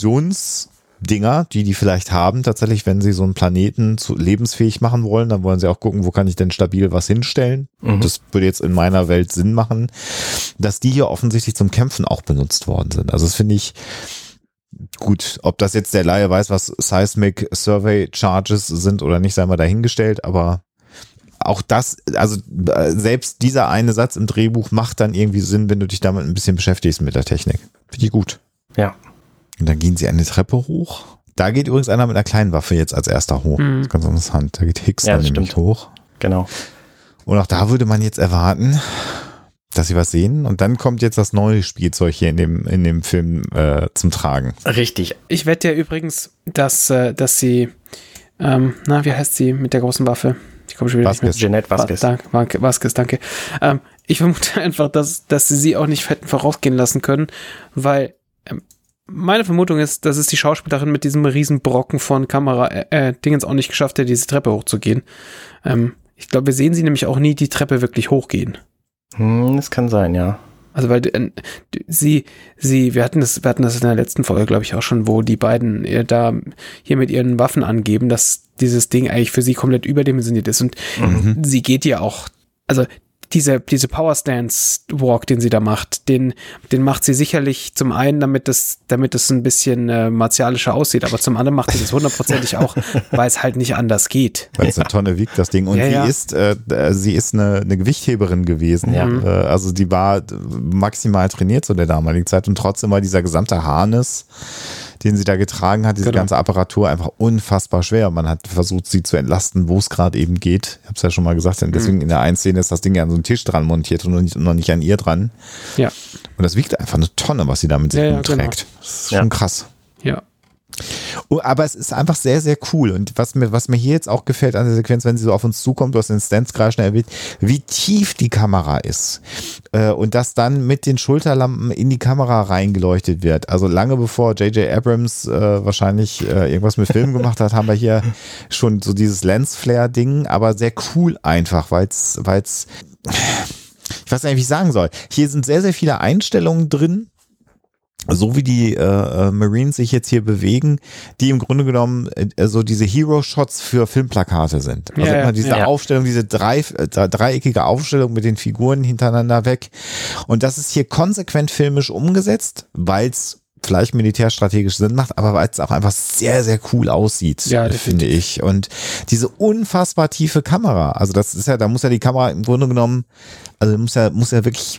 D: Dinger, die vielleicht haben, tatsächlich, wenn sie so einen Planeten lebensfähig machen wollen, dann wollen sie auch gucken, wo kann ich denn stabil was hinstellen. Das würde jetzt in meiner Welt Sinn machen, dass die hier offensichtlich zum Kämpfen auch benutzt worden sind. Also das finde ich gut. Ob das jetzt der Laie weiß, was Seismic Survey Charges sind oder nicht, sei mal dahingestellt, aber auch das, also selbst dieser eine Satz im Drehbuch macht dann irgendwie Sinn, wenn du dich damit ein bisschen beschäftigst mit der Technik. Finde ich gut.
B: Ja.
D: Und dann gehen sie eine Treppe hoch. Da geht übrigens einer mit einer kleinen Waffe jetzt als erster hoch. Das ist ganz interessant. Da geht Hicks dann nämlich hoch.
B: Genau.
D: Und auch da würde man jetzt erwarten, dass sie was sehen. Und dann kommt jetzt das neue Spielzeug hier in dem Film zum Tragen.
B: Richtig.
C: Ich wette ja übrigens, dass sie, wie heißt sie mit der großen Waffe? Ich komme schon wieder
B: Vasquez. Jeanette Vasquez.
C: Vasquez, danke. Ich vermute einfach, dass sie auch nicht hätten vorausgehen lassen können, weil meine Vermutung ist, dass es die Schauspielerin mit diesem riesen Brocken von Kamera-Dingens auch nicht geschafft hat, diese Treppe hochzugehen. Ich glaube, wir sehen sie nämlich auch nie die Treppe wirklich hochgehen.
B: Das kann sein, ja.
C: Also weil wir hatten das in der letzten Folge, glaube ich, auch schon, wo die beiden da hier mit ihren Waffen angeben, dass dieses Ding eigentlich für sie komplett überdimensioniert ist. Und sie geht ja auch, also diese Power Stance Walk, den sie da macht, den macht sie sicherlich zum einen, damit es ein bisschen martialischer aussieht, aber zum anderen macht sie das hundertprozentig auch, weil es halt nicht anders geht.
D: Weil es eine Tonne wiegt, das Ding. Und sie ist eine Gewichtheberin gewesen. Ja. Also die war maximal trainiert zu der damaligen Zeit und trotzdem war dieser gesamte Harness, den sie da getragen hat, diese ganze Apparatur einfach unfassbar schwer. Man hat versucht, sie zu entlasten, wo es gerade eben geht. Ich habe es ja schon mal gesagt, denn deswegen in der einen Szene ist das Ding ja an so einen Tisch dran montiert und noch nicht an ihr dran. Ja. Und das wiegt einfach eine Tonne, was sie da mit sich rumträgt. Genau. Das ist schon krass.
C: Ja.
D: Aber es ist einfach sehr, sehr cool. Und was mir hier jetzt auch gefällt an der Sequenz, wenn sie so auf uns zukommt, du hast den Stance gerade schnell erwähnt, wie tief die Kamera ist. Und das dann mit den Schulterlampen in die Kamera reingeleuchtet wird. Also lange bevor J.J. Abrams wahrscheinlich irgendwas mit Film gemacht hat, haben wir hier schon so dieses Lens-Flare-Ding, aber sehr cool einfach, weil's ich weiß nicht, wie ich sagen soll. Hier sind sehr, sehr viele Einstellungen drin, so wie die Marines sich jetzt hier bewegen, die im Grunde genommen so diese Hero-Shots für Filmplakate sind. Also immer diese Aufstellung, diese dreieckige Aufstellung mit den Figuren hintereinander weg. Und das ist hier konsequent filmisch umgesetzt, weil es vielleicht militärstrategisch Sinn macht, aber weil es auch einfach sehr, sehr cool aussieht, finde ich. Und diese unfassbar tiefe Kamera, also das ist ja, da muss ja die Kamera im Grunde genommen, also muss ja wirklich,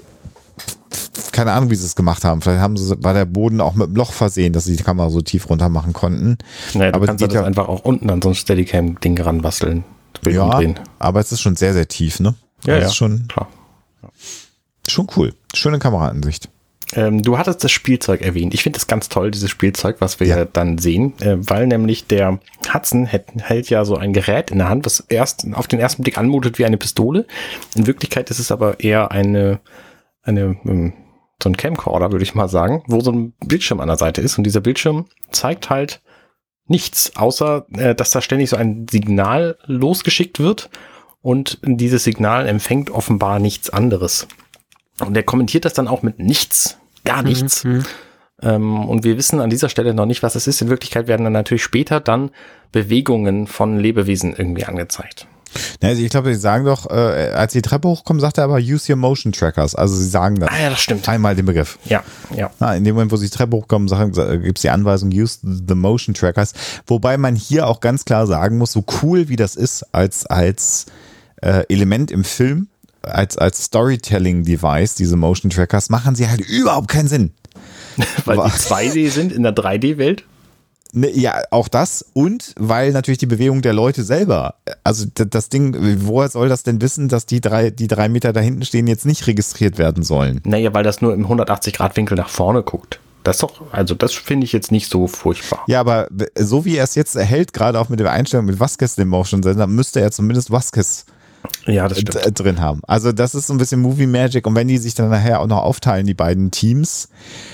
D: keine Ahnung, wie sie es gemacht haben. Vielleicht war der Boden auch mit einem Loch versehen, dass sie die Kamera so tief runter machen konnten.
B: Naja, aber du kannst das einfach auch unten an so ein Steadicam-Ding ranbasteln.
D: Ja, aber es ist schon sehr, sehr tief, ne?
B: Ja,
D: das ist schon,
B: klar.
D: Schon cool. Schöne Kameraansicht.
B: Du hattest das Spielzeug erwähnt. Ich finde das ganz toll, dieses Spielzeug, was wir dann sehen, weil nämlich der Hudson hält ja so ein Gerät in der Hand, was auf den ersten Blick anmutet wie eine Pistole. In Wirklichkeit ist es aber eher eine so ein Camcorder, würde ich mal sagen, wo so ein Bildschirm an der Seite ist und dieser Bildschirm zeigt halt nichts, außer dass da ständig so ein Signal losgeschickt wird und dieses Signal empfängt offenbar nichts anderes. Und er kommentiert das dann auch mit nichts, gar nichts. Und wir wissen an dieser Stelle noch nicht, was es ist. In Wirklichkeit werden dann natürlich später dann Bewegungen von Lebewesen irgendwie angezeigt.
D: Also ich glaube, sie sagen doch, als die Treppe hochkommen, sagt er aber, use your motion trackers. Also sie sagen das,
B: ja, das stimmt.
D: Einmal den Begriff.
B: Ja.
D: In dem Moment, wo sie die Treppe hochkommen, gibt es die Anweisung, use the motion trackers. Wobei man hier auch ganz klar sagen muss, so cool wie das ist als Element im Film, als Storytelling-Device, diese Motion Trackers, machen sie halt überhaupt keinen Sinn.
B: Weil die 2D sind in der 3D-Welt?
D: Ja, auch das und weil natürlich die Bewegung der Leute selber, also das Ding, woher soll das denn wissen, dass die drei Meter da hinten stehen jetzt nicht registriert werden sollen?
B: Naja, weil das nur im 180-Grad-Winkel nach vorne guckt. Das finde ich jetzt nicht so furchtbar.
D: Ja, aber so wie er es jetzt erhält, gerade auch mit der Einstellung mit Vasquez, dem Motion Sensor, müsste er zumindest Vasquez
B: das stimmt.
D: Drin haben. Also das ist so ein bisschen Movie Magic und wenn die sich dann nachher auch noch aufteilen, die beiden Teams,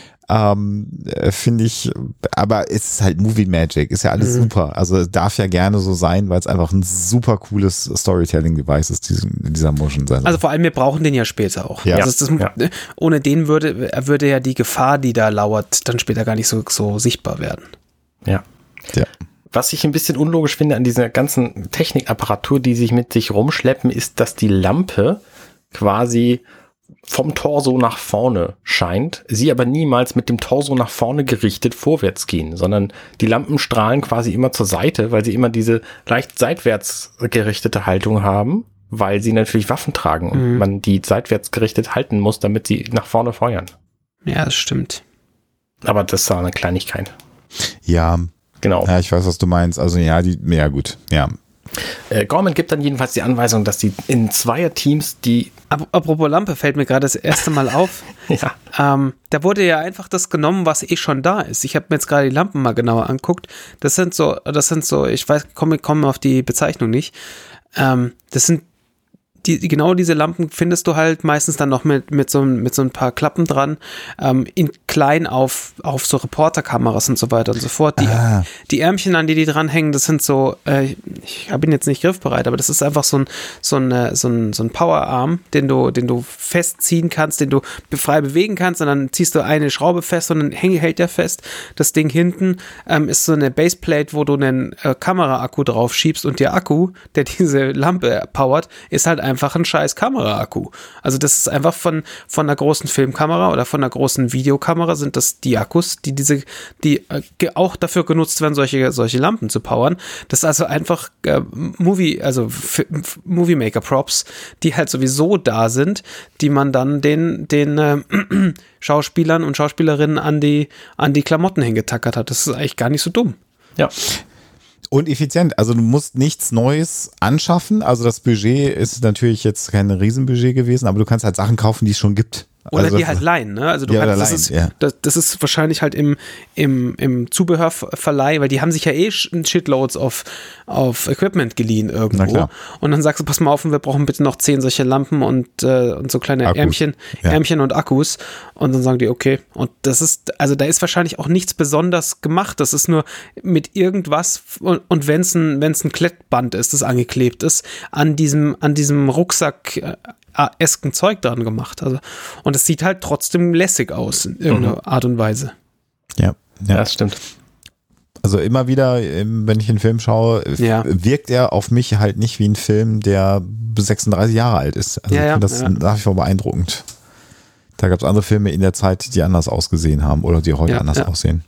D: finde ich, aber es ist halt Movie Magic, ist ja alles super. Also darf ja gerne so sein, weil es einfach ein super cooles Storytelling-Device ist, dieser Motion Sensor.
C: Also vor allem, wir brauchen den ja später auch.
D: Ja.
C: Also ohne den würde ja die Gefahr, die da lauert, dann später gar nicht so sichtbar werden.
B: Ja. Was ich ein bisschen unlogisch finde an dieser ganzen Technikapparatur, die sich mit sich rumschleppen, ist, dass die Lampe quasi vom Torso nach vorne scheint, sie aber niemals mit dem Torso nach vorne gerichtet vorwärts gehen, sondern die Lampen strahlen quasi immer zur Seite, weil sie immer diese leicht seitwärts gerichtete Haltung haben, weil sie natürlich Waffen tragen und man die seitwärts gerichtet halten muss, damit sie nach vorne feuern.
C: Ja, das stimmt.
B: Aber das ist eine Kleinigkeit.
D: Ja.
B: Genau.
D: Ja, ich weiß, was du meinst. Also gut.
B: Gorman gibt dann jedenfalls die Anweisung, dass die in Zweierteams die...
C: Apropos Lampe, fällt mir gerade das erste Mal auf. Da wurde ja einfach das genommen, was schon da ist. Ich habe mir jetzt gerade die Lampen mal genauer angeguckt. Das sind so, ich weiß, komme auf die Bezeichnung nicht. Das sind genau diese Lampen findest du halt meistens dann noch mit so ein paar Klappen dran, in klein auf so Reporterkameras und so weiter und so fort. Die Ärmchen, an die dranhängen, das sind so, ich habe ihn jetzt nicht griffbereit, aber das ist einfach so ein Powerarm, den du festziehen kannst, den du frei bewegen kannst und dann ziehst du eine Schraube fest und dann hält der fest. Das Ding hinten ist so eine Baseplate, wo du einen Kameraakku drauf schiebst und der Akku, der diese Lampe powert, ist halt einfach ein scheiß Kameraakku. Also das ist einfach von einer großen Filmkamera oder von einer großen Videokamera sind das die Akkus, die auch dafür genutzt werden, solche Lampen zu powern. Das ist also einfach Movie Maker Props, die halt sowieso da sind, die man dann den Schauspielern und Schauspielerinnen an die Klamotten hingetackert hat. Das ist eigentlich gar nicht so dumm.
B: Ja.
D: Und effizient, also du musst nichts Neues anschaffen, also das Budget ist natürlich jetzt kein Riesenbudget gewesen, aber du kannst halt Sachen kaufen, die es schon gibt.
C: Oder
D: also,
C: die halt leihen, ne? Also du kannst, das ist wahrscheinlich halt im Zubehörverleih, weil die haben sich ja Shitloads auf Equipment geliehen irgendwo. Und dann sagst du, pass mal auf, wir brauchen bitte noch 10 solche Lampen und so kleine Akkus. Ärmchen und Akkus. Und dann sagen die, okay. Und das ist, also da ist wahrscheinlich auch nichts besonders gemacht. Das ist nur mit irgendwas und wenn es ein Klettband ist, das angeklebt ist, an diesem Rucksack esken Zeug dran gemacht. Also, und es sieht halt trotzdem lässig aus in irgendeiner Art und Weise.
D: Ja,
B: das stimmt.
D: Also immer wieder, wenn ich einen Film schaue, wirkt er auf mich halt nicht wie ein Film, der 36 Jahre alt ist. Also ich finde das nach wie vor beeindruckend. Da gab es andere Filme in der Zeit, die anders ausgesehen haben oder die heute anders aussehen.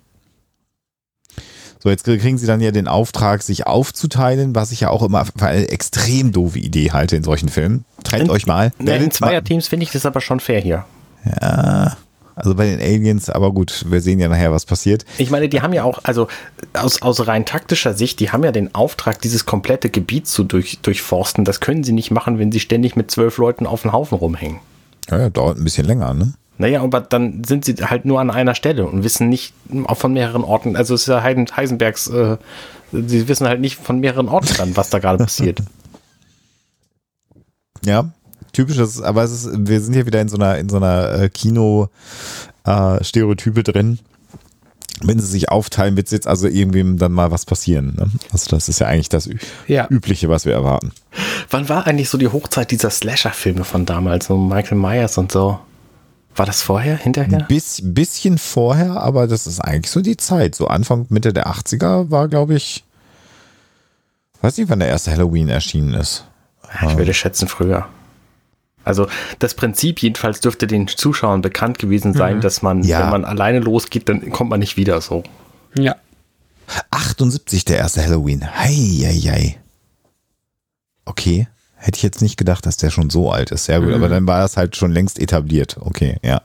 D: So, jetzt kriegen sie dann ja den Auftrag, sich aufzuteilen, was ich ja auch immer für eine extrem doofe Idee halte in solchen Filmen. Trennt euch mal.
B: In den Zweierteams finde ich das aber schon fair hier.
D: Ja, also bei den Aliens, aber gut, wir sehen ja nachher, was passiert.
B: Ich meine, die haben ja auch, also aus rein taktischer Sicht, die haben ja den Auftrag, dieses komplette Gebiet zu durchforsten. Das können sie nicht machen, wenn sie ständig mit 12 Leuten auf dem Haufen rumhängen.
D: Ja, dauert ein bisschen länger, ne?
B: Naja, aber dann sind sie halt nur an einer Stelle und wissen nicht auch von mehreren Orten. Also es ist ja Heisenbergs, sie wissen halt nicht von mehreren Orten dann, was da gerade passiert.
D: Ja, typisches, aber wir sind hier wieder in so einer Kino-Stereotype drin. Wenn sie sich aufteilen, wird jetzt also irgendwem dann mal was passieren. Ne? Also das ist ja eigentlich das Übliche, was wir erwarten.
B: Wann war eigentlich so die Hochzeit dieser Slasher-Filme von damals, so Michael Myers und so? War das vorher, hinterher?
D: Ein bisschen vorher, aber das ist eigentlich so die Zeit. So Anfang, Mitte der 80er war, glaube ich, weiß nicht, wann der erste Halloween erschienen ist.
B: Ich würde schätzen, früher. Also das Prinzip jedenfalls dürfte den Zuschauern bekannt gewesen sein, dass man, wenn man alleine losgeht, dann kommt man nicht wieder so.
C: Ja.
D: 78 der erste Halloween. Hei. Okay. Hätte ich jetzt nicht gedacht, dass der schon so alt ist. Sehr gut, aber dann war das halt schon längst etabliert. Okay, ja.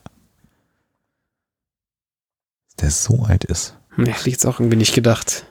D: Der so alt ist.
C: Nee, hätte ich jetzt auch irgendwie nicht gedacht.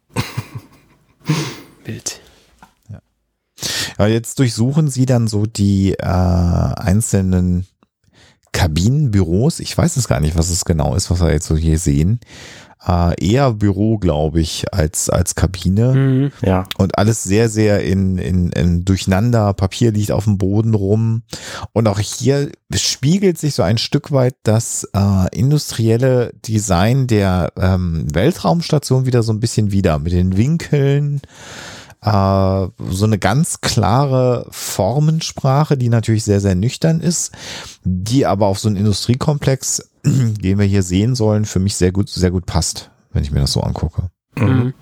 C: Wild.
D: Ja, jetzt durchsuchen sie dann so die einzelnen Kabinenbüros. Ich weiß es gar nicht, was es genau ist, was wir jetzt so hier sehen. Eher Büro, glaube ich, als Kabine.
B: Ja.
D: Und alles sehr, sehr in durcheinander. Papier liegt auf dem Boden rum. Und auch hier spiegelt sich so ein Stück weit das industrielle Design der Weltraumstation wieder so ein bisschen wider. Mit den Winkeln. So eine ganz klare Formensprache, die natürlich sehr, sehr nüchtern ist, die aber auf so einen Industriekomplex, den wir hier sehen sollen, für mich sehr gut passt, wenn ich mir das so angucke.
B: Mhm.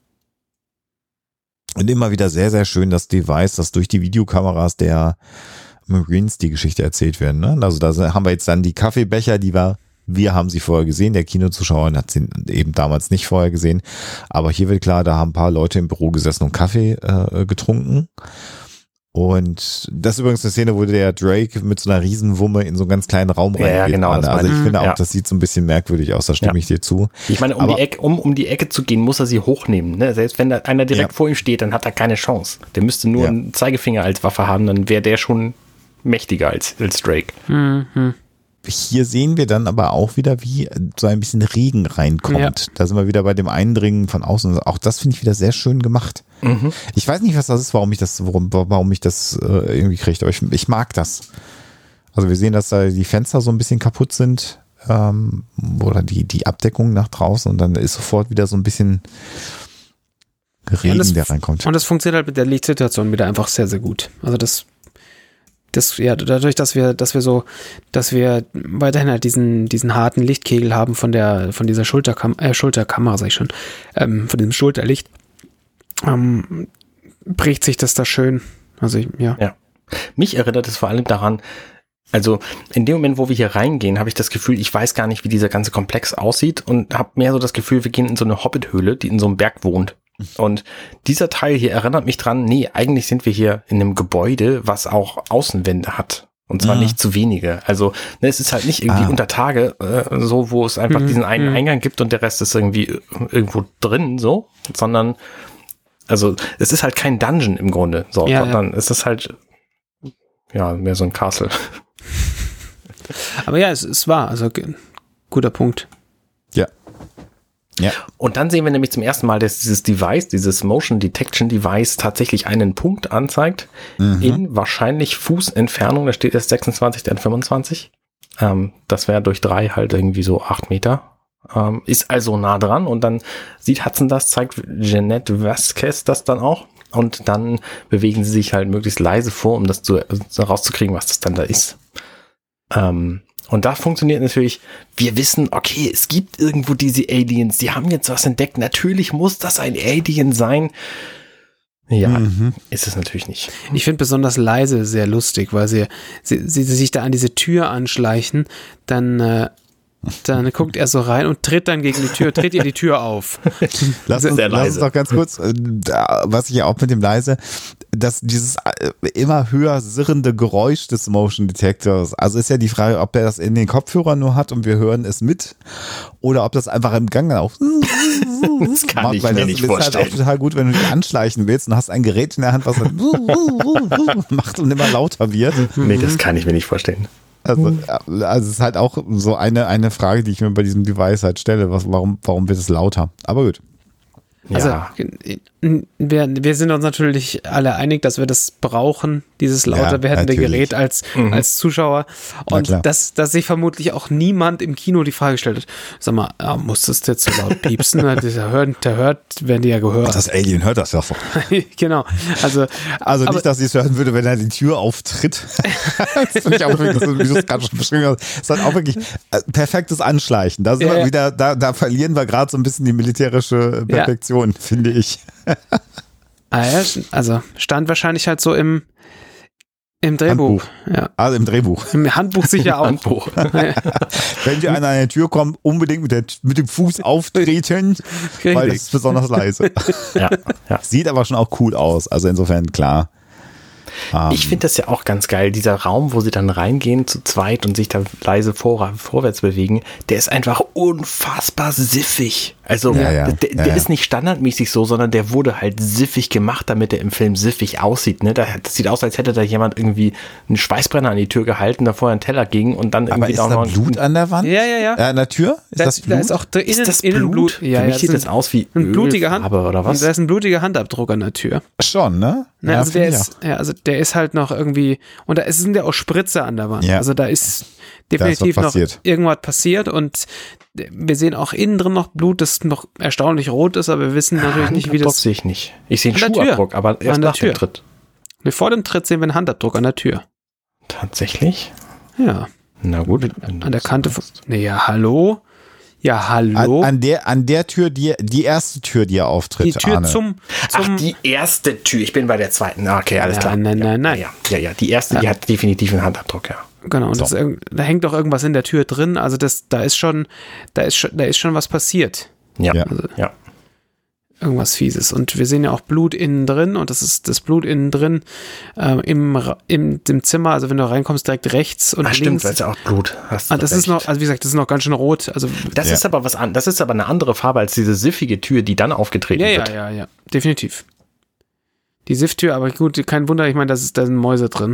D: Und immer wieder sehr, sehr schön das Device, dass durch die Videokameras der Marines die Geschichte erzählt werden. Ne? Also da haben wir jetzt dann die Kaffeebecher, wir haben sie vorher gesehen, der Kinozuschauer hat sie eben damals nicht vorher gesehen, aber hier wird klar, da haben ein paar Leute im Büro gesessen und Kaffee getrunken. Und das ist übrigens eine Szene, wo der Drake mit so einer Riesenwumme in so einen ganz kleinen Raum reingeht.
B: Ja, genau.
D: Also ich finde auch, das sieht so ein bisschen merkwürdig aus, da stimme ich dir zu.
B: Ich meine, um die Ecke zu gehen, muss er sie hochnehmen. Ne? Selbst wenn da einer direkt vor ihm steht, dann hat er keine Chance. Der müsste nur einen Zeigefinger als Waffe haben, dann wäre der schon mächtiger als Drake.
C: Mhm.
D: Hier sehen wir dann aber auch wieder, wie so ein bisschen Regen reinkommt. Ja. Da sind wir wieder bei dem Eindringen von außen. Auch das finde ich wieder sehr schön gemacht. Mhm. Ich weiß nicht, was das ist, warum ich das irgendwie kriege, aber ich mag das. Also wir sehen, dass da die Fenster so ein bisschen kaputt sind oder die Abdeckung nach draußen und dann ist sofort wieder so ein bisschen Regen, der reinkommt.
C: Und das funktioniert halt mit der Lichtsituation wieder einfach sehr, sehr gut. Also dadurch, dass wir weiterhin halt diesen harten Lichtkegel haben von dieser Schulterkamera, sag ich schon, von diesem Schulterlicht, prägt sich das da schön. Also ja.
B: Mich erinnert es vor allem daran, also in dem Moment, wo wir hier reingehen, habe ich das Gefühl, ich weiß gar nicht, wie dieser ganze Komplex aussieht und habe mehr so das Gefühl, wir gehen in so eine Hobbit-Höhle, die in so einem Berg wohnt. Und dieser Teil hier erinnert mich dran, eigentlich sind wir hier in einem Gebäude, was auch Außenwände hat. Und zwar nicht zu wenige. Also es ist halt nicht irgendwie unter Tage so, wo es einfach diesen einen Eingang gibt und der Rest ist irgendwie irgendwo drin, so, sondern also es ist halt kein Dungeon im Grunde, so, sondern es ist halt mehr so ein Castle.
C: Aber ja, es war, also guter Punkt.
D: Ja. Ja.
B: Und dann sehen wir nämlich zum ersten Mal, dass dieses Device, dieses Motion Detection Device tatsächlich einen Punkt anzeigt in wahrscheinlich Fußentfernung. Da steht erst 26, dann 25. Das wäre durch 3 halt irgendwie so 8 Meter. Ist also nah dran und dann sieht Hudson das, zeigt Jeanette Vasquez das dann auch. Und dann bewegen sie sich halt möglichst leise vor, um das rauszukriegen, was das dann da ist. Und da funktioniert natürlich, wir wissen, okay, es gibt irgendwo diese Aliens, die haben jetzt was entdeckt, natürlich muss das ein Alien sein. Ja, ist es natürlich nicht.
C: Ich finde besonders leise sehr lustig, weil sie sich da an diese Tür anschleichen, dann guckt er so rein und tritt dann gegen die Tür, tritt ihr die Tür auf.
D: Lass uns doch ganz kurz, was ich ja auch mit dem leise, dass dieses immer höher sirrende Geräusch des Motion Detectors, also ist ja die Frage, ob er das in den Kopfhörern nur hat und wir hören es mit oder ob das einfach im Gang auch
B: das kann ich mir nicht vorstellen. Das ist halt auch total
D: gut, wenn du dich anschleichen willst und hast ein Gerät in der Hand, was macht und immer lauter wird.
B: Nee, das kann ich mir nicht vorstellen.
D: Also es ist halt auch so eine Frage, die ich mir bei diesem Device halt stelle. Warum wird es lauter? Aber gut.
C: Also wir sind uns natürlich alle einig, dass wir das brauchen, dieses lauter werdende
D: natürlich.
C: Gerät als Zuschauer. Und dass sich vermutlich auch niemand im Kino die Frage stellt, sag mal, muss das jetzt so laut piepsen? Der hört, werden die ja gehört.
D: Ach, das Alien hört das ja so.
C: Genau. Also
D: nicht, dass ich es hören würde, wenn er die Tür auftritt. Das finde ich auch wirklich, wie du es gerade schon beschrieben hast. Das ist dann auch wirklich perfektes Anschleichen. Da sind wir wieder, da verlieren wir gerade so ein bisschen die militärische Perfektion, finde ich.
C: Also stand wahrscheinlich halt so im Drehbuch. Ja.
D: Also im Drehbuch.
C: Im Handbuch sicher auch.
B: Handbuch.
D: Wenn wir an eine Tür kommen, unbedingt mit dem Fuß auftreten, weil das ist besonders leise.
B: Ja.
D: Sieht aber schon auch cool aus. Also insofern, klar.
B: Ich finde das ja auch ganz geil, dieser Raum, wo sie dann reingehen zu zweit und sich da leise vorwärts bewegen, der ist einfach unfassbar siffig. Also der ist nicht standardmäßig so, sondern der wurde halt siffig gemacht, damit er im Film siffig aussieht. Ne? Das sieht aus, als hätte da jemand irgendwie einen Schweißbrenner an die Tür gehalten, da vorher ein Teller ging und dann irgendwie
D: aber ist da Blut an der Wand?
C: Ja.
D: An der Tür? Ist das Blut?
C: Da ist auch
B: ist das
C: innen
B: Blut?
C: Ja,
B: Für mich sieht das aus wie
C: ein blutiger
B: Ölfarbe oder was?
C: Da ist ein blutiger Handabdruck an der Tür.
D: Schon, ne?
C: Ja, also der ist halt noch irgendwie, und da sind ja auch Spritze an der Wand. Ja. Also da ist definitiv noch irgendwas passiert und wir sehen auch innen drin noch Blut, das noch erstaunlich rot ist, aber wir wissen natürlich nicht, wie das...
B: sehe ich nicht. Ich sehe einen Schuhabdruck, aber erst nach dem Tritt.
C: Vor dem Tritt sehen wir einen Handabdruck an der Tür.
B: Tatsächlich?
C: Ja.
B: Na gut.
C: An der Kante von... hallo? Ja, hallo?
D: An der Tür, die erste Tür, die er auftritt.
C: Die Tür
D: zum
B: Ach, die erste Tür. Ich bin bei der zweiten. Okay, alles klar.
C: Nein.
B: Ja, die erste, die hat definitiv einen Handabdruck, ja.
C: Genau, und da hängt doch irgendwas in der Tür drin. Also da ist schon was passiert.
B: Ja,
C: also, irgendwas Fieses. Und wir sehen ja auch Blut innen drin und das ist das Blut innen drin im Zimmer, also wenn du reinkommst, direkt rechts und links.
B: Stimmt, weil es ja auch Blut hast.
C: Das ist noch, also wie gesagt, das ist noch ganz schön rot. Also
B: das ist aber das ist aber eine andere Farbe als diese siffige Tür, die dann aufgetreten wird.
C: Ja, definitiv. Die Sifftür, aber gut, kein Wunder, ich meine, da sind Mäuse drin.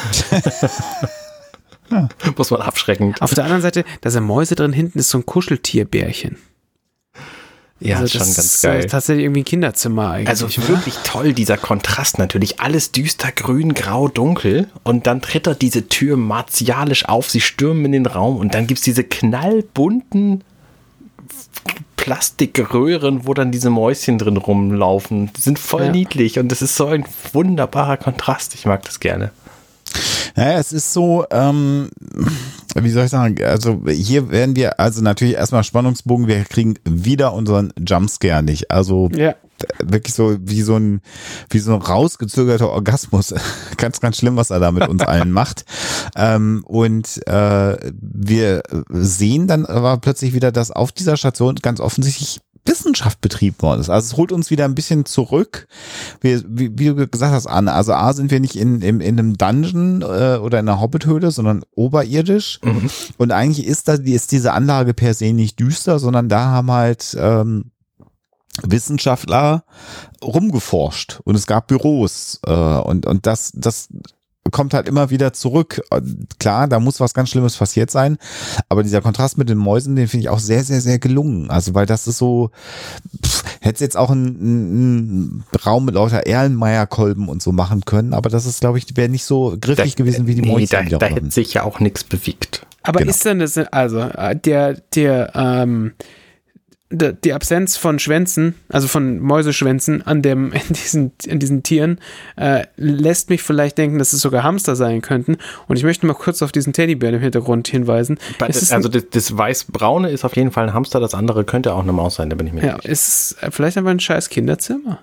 B: Muss man abschreckend.
C: Auf der anderen Seite, da sind Mäuse drin, hinten ist so ein Kuscheltierbärchen.
B: Ja, also das schon ganz geil.
C: Ist tatsächlich irgendwie ein Kinderzimmer eigentlich.
B: Also wirklich toll, dieser Kontrast natürlich. Alles düster, grün, grau, dunkel. Und dann tritt er diese Tür martialisch auf. Sie stürmen in den Raum und dann gibt es diese knallbunten Plastikröhren, wo dann diese Mäuschen drin rumlaufen. Die sind voll niedlich und das ist so ein wunderbarer Kontrast. Ich mag das gerne.
D: Naja, es ist so, wie soll ich sagen, also hier werden wir, also natürlich erstmal Spannungsbogen, wir kriegen wieder unseren Jumpscare nicht. Also wirklich so wie so ein rausgezögerter Orgasmus. Ganz, ganz schlimm, was er da mit uns allen macht. Und wir sehen dann aber plötzlich wieder, dass auf dieser Station ganz offensichtlich Wissenschaft betrieben worden ist. Also es holt uns wieder ein bisschen zurück. Wie du gesagt hast, Anne, also A, sind wir nicht in einem Dungeon oder in einer Hobbithöhle, sondern oberirdisch. Mhm. Und eigentlich ist diese Anlage per se nicht düster, sondern da haben halt Wissenschaftler rumgeforscht und es gab Büros und das kommt halt immer wieder zurück. Klar, da muss was ganz Schlimmes passiert sein, aber dieser Kontrast mit den Mäusen, den finde ich auch sehr, sehr, sehr gelungen. Also, weil das ist so, hätte es jetzt auch einen Raum mit lauter Erlenmeyer-Kolben und so machen können, aber das ist, glaube ich, wäre nicht so griffig gewesen wie die Mäusen.
B: Da hätte sich ja auch nichts bewegt.
C: Aber ist denn das, also, die Absenz von Schwänzen, also von Mäuseschwänzen in diesen Tieren, lässt mich vielleicht denken, dass es sogar Hamster sein könnten. Und ich möchte mal kurz auf diesen Teddybär im Hintergrund hinweisen.
B: Also das weiß-braune ist auf jeden Fall ein Hamster, das andere könnte auch eine Maus sein, da bin ich mir nicht sicher.
C: Ist vielleicht einfach ein scheiß Kinderzimmer?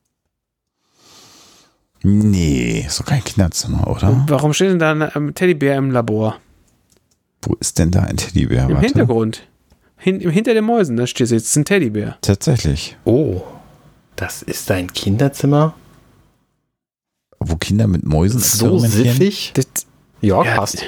D: Nee, ist doch kein Kinderzimmer, oder?
C: Warum steht denn da ein Teddybär im Labor?
D: Wo ist denn da ein Teddybär?
C: Im Hintergrund. Hinter den Mäusen, da steht jetzt ein Teddybär.
D: Tatsächlich.
B: Oh, das ist dein Kinderzimmer?
D: Wo Kinder mit Mäusen
B: so siffig? Ja, passt.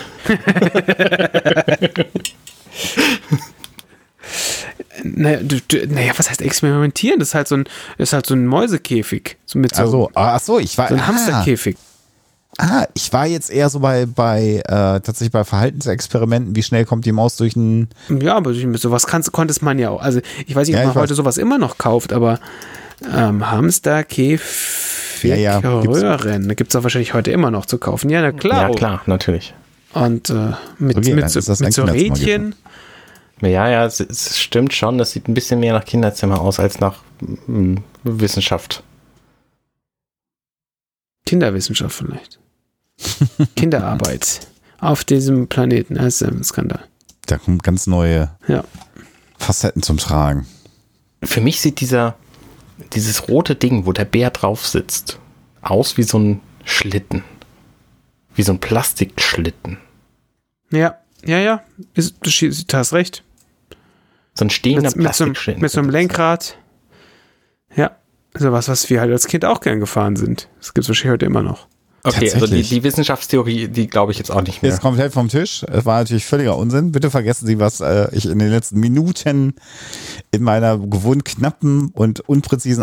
C: Naja, was heißt experimentieren? Das ist halt so ein Mäusekäfig. So ein
D: Hamsterkäfig. Ich war jetzt eher so tatsächlich bei Verhaltensexperimenten, wie schnell kommt die Maus durch einen...
C: Ja, aber mit sowas konnte man ja auch. Also ich weiß nicht, ob man heute sowas immer noch kauft, aber Hamsterkäfig... Kaffeeröhren. Da gibt es auch wahrscheinlich heute immer noch zu kaufen. Ja, na klar.
B: Ja, klar, natürlich.
C: Und mit so Rädchen.
B: Ja, es stimmt schon. Das sieht ein bisschen mehr nach Kinderzimmer aus als nach Wissenschaft.
C: Kinderwissenschaft vielleicht. Kinderarbeit auf diesem Planeten. Das ist ein Skandal.
E: Da kommen ganz neue Facetten zum Tragen.
B: Für mich sieht dieses rote Ding, wo der Bär drauf sitzt, aus wie so ein Schlitten. Wie so ein Plastikschlitten.
C: Ja. Du hast recht.
B: So ein stehender Plastikschlitten.
C: Mit so einem Lenkrad. Ja. Sowas, was wir halt als Kind auch gern gefahren sind. Das gibt es wahrscheinlich heute immer noch.
B: Okay, also die Wissenschaftstheorie, die glaube ich jetzt auch nicht mehr.
E: Jetzt komplett vom Tisch. Es war natürlich völliger Unsinn. Bitte vergessen Sie, was ich in den letzten Minuten in meiner gewohnt knappen und unpräzisen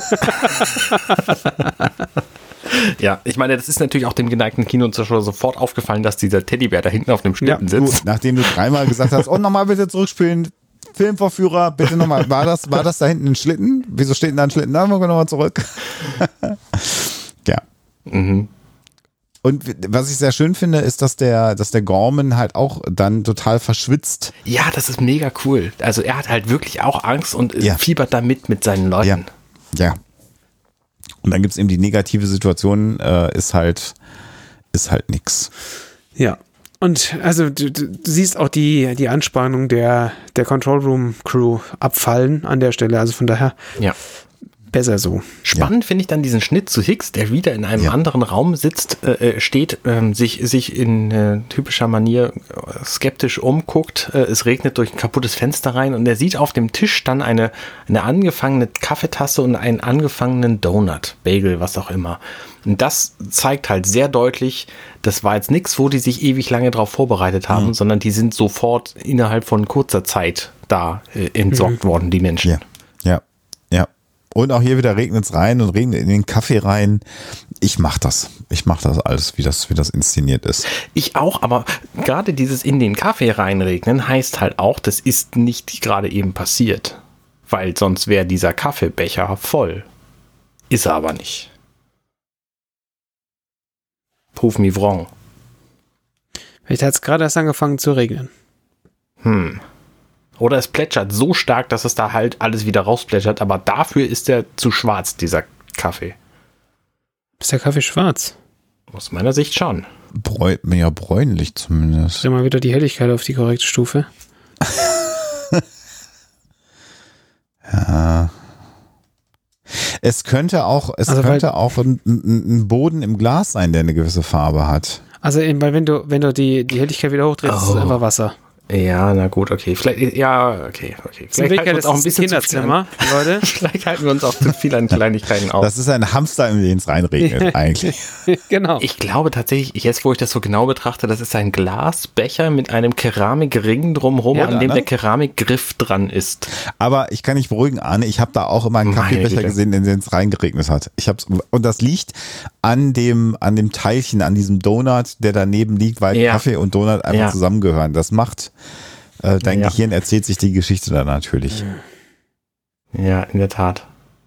B: Ja, ich meine, das ist natürlich auch dem geneigten Kinozuschauer sofort aufgefallen, dass dieser Teddybär da hinten auf dem Schlitten sitzt.
E: Nachdem du dreimal gesagt hast, nochmal bitte zurückspielen, Filmvorführer, bitte nochmal, war das da hinten ein Schlitten? Wieso steht denn da ein Schlitten? Da wollen wir nochmal zurück. Ja.
B: Mhm.
E: Und was ich sehr schön finde, ist, dass der Gorman halt auch dann total verschwitzt.
B: Ja, das ist mega cool. Also er hat halt wirklich auch Angst und fiebert damit mit seinen Leuten.
E: Ja. Und dann gibt es eben die negative Situation, ist halt nix.
C: Ja. Und also du siehst auch die Anspannung der Control Room Crew abfallen an der Stelle. Also von daher besser so.
B: Spannend finde ich dann diesen Schnitt zu Hicks, der wieder in einem anderen Raum steht, sich in typischer Manier skeptisch umguckt. Es regnet durch ein kaputtes Fenster rein und er sieht auf dem Tisch dann eine angefangene Kaffeetasse und einen angefangenen Donut, Bagel, was auch immer. Und das zeigt halt sehr deutlich, das war jetzt nichts, wo die sich ewig lange drauf vorbereitet haben, sondern die sind sofort innerhalb von kurzer Zeit da entsorgt worden, die Menschen.
E: Ja. Und auch hier wieder regnet es rein und regnet in den Kaffee rein. Ich mach das alles, wie das inszeniert ist.
B: Ich auch, aber gerade dieses in den Kaffee reinregnen heißt halt auch, das ist nicht gerade eben passiert. Weil sonst wäre dieser Kaffeebecher voll. Ist er aber nicht. Prove me wrong.
C: Vielleicht hat es gerade erst angefangen zu regnen.
B: Oder es plätschert so stark, dass es da halt alles wieder rausplätschert, aber dafür ist er zu schwarz, dieser Kaffee.
C: Ist der Kaffee schwarz?
B: Aus meiner Sicht schon.
E: Bräunlich zumindest.
C: Stell mal wieder die Helligkeit auf die korrekte Stufe.
E: Ja. Es könnte auch ein Boden im Glas sein, der eine gewisse Farbe hat.
C: Also weil wenn du die Helligkeit wieder hochdrehst, ist es einfach Wasser.
B: Ja, na gut, okay. Vielleicht, okay. Vielleicht halten wir uns auch ein bisschen
C: Kinderzimmer, Leute.
B: Vielleicht halten wir uns auch zu viel an Kleinigkeiten auf.
E: Das ist ein Hamster, in den es reinregnet, eigentlich.
C: Genau.
B: Ich glaube tatsächlich, jetzt wo ich das so genau betrachte, das ist ein Glasbecher mit einem Keramikring drumherum, an dem der Keramikgriff dran ist.
E: Aber ich kann dich beruhigen, Arne, ich habe da auch immer einen Kaffeebecher gesehen, in den es reingeregnet hat. Und das liegt an dem Teilchen, an diesem Donut, der daneben liegt, weil Kaffee und Donut einfach zusammengehören. Das macht dein Gehirn erzählt sich die Geschichte dann natürlich.
B: Ja, in der Tat.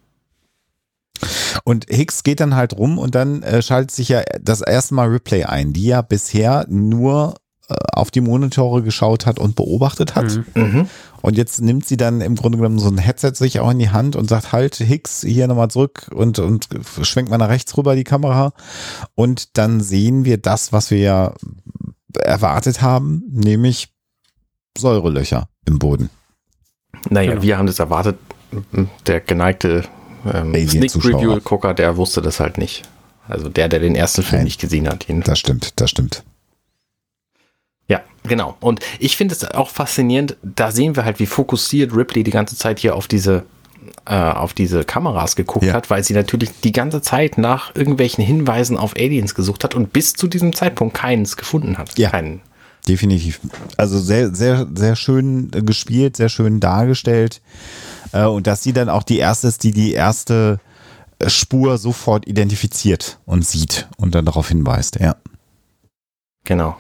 E: Und Hicks geht dann halt rum und dann schaltet sich ja das erste Mal Ripley ein, die ja bisher nur auf die Monitore geschaut hat und beobachtet hat.
B: Mhm.
E: Und jetzt nimmt sie dann im Grunde genommen so ein Headset sich auch in die Hand und sagt, halt, Hicks, hier nochmal zurück und schwenkt mal nach rechts rüber die Kamera. Und dann sehen wir das, was wir ja erwartet haben, nämlich Säurelöcher im Boden.
B: Naja, wir haben das erwartet. Der geneigte Sneak-Review-Gucker, der wusste das halt nicht. Also der den ersten Film nicht gesehen hat.
E: Das stimmt.
B: Ja, genau. Und ich finde es auch faszinierend, da sehen wir halt, wie fokussiert Ripley die ganze Zeit hier auf diese Kameras geguckt hat, weil sie natürlich die ganze Zeit nach irgendwelchen Hinweisen auf Aliens gesucht hat und bis zu diesem Zeitpunkt keins gefunden hat.
E: Ja.
B: Keinen.
E: Definitiv. Also sehr, sehr, sehr schön gespielt, sehr schön dargestellt. Und dass sie dann auch die erste ist, die erste Spur sofort identifiziert und sieht und dann darauf hinweist, ja.
B: Genau.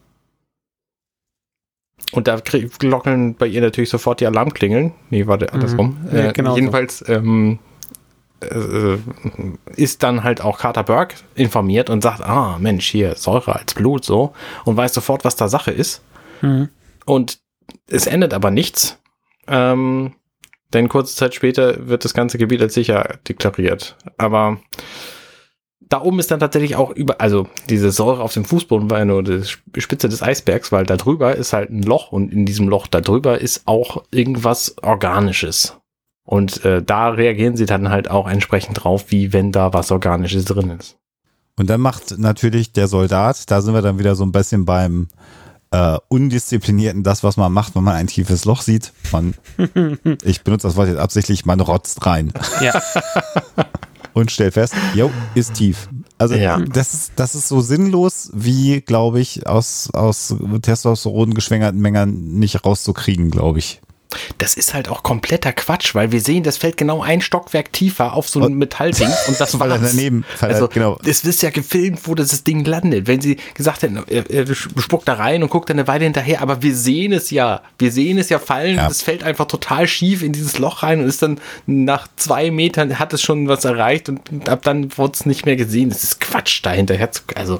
B: Und da glockeln bei ihr natürlich sofort die Alarmklingeln. Nee, warte, andersrum.
C: Ja, genau
B: jedenfalls ist dann halt auch Carter Burke informiert und sagt, Mensch, hier Säure als Blut so und weiß sofort, was da Sache ist. Und es endet aber nichts, denn kurze Zeit später wird das ganze Gebiet als sicher deklariert. Aber da oben ist dann tatsächlich auch also diese Säure auf dem Fußboden war ja nur die Spitze des Eisbergs, weil da drüber ist halt ein Loch und in diesem Loch da drüber ist auch irgendwas Organisches. Und da reagieren sie dann halt auch entsprechend drauf, wie wenn da was Organisches drin ist.
E: Und dann macht natürlich der Soldat, da sind wir dann wieder so ein bisschen beim Undisziplinierten, das, was man macht, wenn man ein tiefes Loch sieht. Ich benutze das Wort jetzt absichtlich, man rotzt rein.
C: Ja.
E: Und stellt fest, ist tief. Also das ist so sinnlos, wie, glaube ich, aus Testosteron geschwängerten Männern nicht rauszukriegen, glaube ich.
B: Das ist halt auch kompletter Quatsch, weil wir sehen, das fällt genau ein Stockwerk tiefer auf so ein Metallding und das war
E: daneben.
B: Genau. Es ist ja gefilmt, wo das Ding landet. Wenn sie gesagt hätten, er spuckt da rein und guckt dann eine Weile hinterher, aber wir sehen es ja fallen. Es fällt einfach total schief in dieses Loch rein und ist dann nach 2 Metern hat es schon was erreicht und ab dann wurde es nicht mehr gesehen. Das ist Quatsch, da hinterher zu, also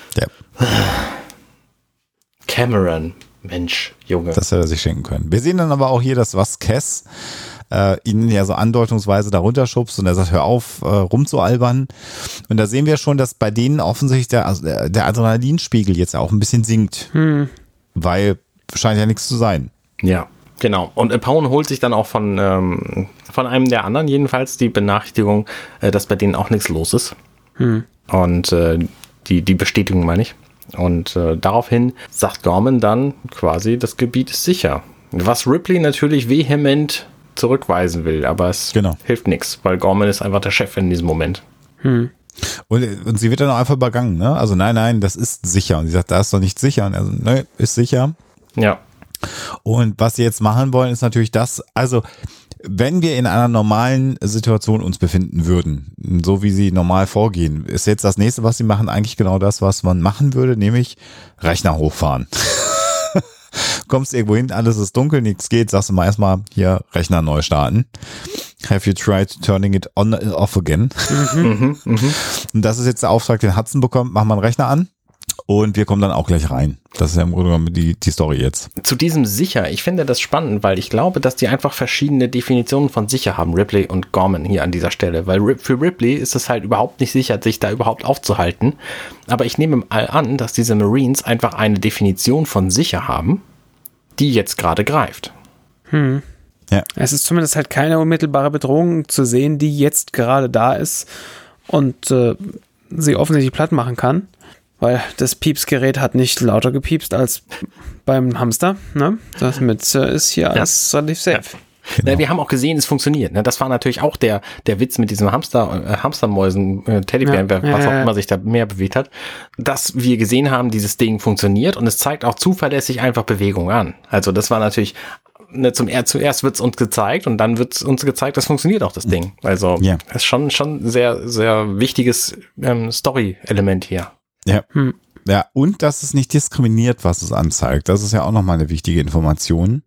B: Cameron. Mensch, Junge.
E: Das hätte er sich schenken können. Wir sehen dann aber auch hier, dass Vasquez ihn ja so andeutungsweise da runterschubst und er sagt, hör auf, rumzualbern. Und da sehen wir schon, dass bei denen offensichtlich der Adrenalinspiegel jetzt auch ein bisschen sinkt. Weil scheint ja nichts zu sein.
B: Ja, genau. Und Apone holt sich dann auch von einem der anderen jedenfalls die Benachrichtigung, dass bei denen auch nichts los ist. Und die Bestätigung meine ich. Und daraufhin sagt Gorman dann quasi, das Gebiet ist sicher. Was Ripley natürlich vehement zurückweisen will, aber es hilft nichts, weil Gorman ist einfach der Chef in diesem Moment.
E: Und sie wird dann auch einfach übergangen, ne? Also nein, das ist sicher. Und sie sagt, da ist doch nicht sicher. Und also, ne, ist sicher.
B: Ja.
E: Und was sie jetzt machen wollen, ist natürlich das, also wenn wir in einer normalen Situation uns befinden würden, so wie sie normal vorgehen, ist jetzt das nächste, was sie machen, eigentlich genau das, was man machen würde, nämlich Rechner hochfahren. Kommst irgendwo hin, alles ist dunkel, nichts geht, sagst du mal erstmal hier Rechner neu starten. Have you tried turning it on and off again? Und das ist jetzt der Auftrag, den Hudson bekommt, mach mal einen Rechner an. Und wir kommen dann auch gleich rein. Das ist ja im Grunde genommen die Story jetzt.
B: Zu diesem sicher, ich finde das spannend, weil ich glaube, dass die einfach verschiedene Definitionen von sicher haben, Ripley und Gorman hier an dieser Stelle. Weil für Ripley ist es halt überhaupt nicht sicher, sich da überhaupt aufzuhalten. Aber ich nehme mal an, dass diese Marines einfach eine Definition von sicher haben, die jetzt gerade greift.
C: Ja. Es ist zumindest halt keine unmittelbare Bedrohung zu sehen, die jetzt gerade da ist und sie offensichtlich platt machen kann. Weil das Piepsgerät hat nicht lauter gepiepst als beim Hamster. Ne? Damit ist hier alles relativ safe.
B: Ja. Genau. Wir haben auch gesehen, es funktioniert. Ne? Das war natürlich auch der Witz mit diesem Hamstermäusen, Teddybären, was auch immer sich da mehr bewegt hat, dass wir gesehen haben, dieses Ding funktioniert und es zeigt auch zuverlässig einfach Bewegung an. Also das war natürlich, zuerst wird es uns gezeigt und dann wird es uns gezeigt, das funktioniert auch, das Ding. Also es ist schon sehr, sehr wichtiges Story-Element hier.
E: Ja. Ja, und dass es nicht diskriminiert, was es anzeigt. Das ist ja auch nochmal eine wichtige Information.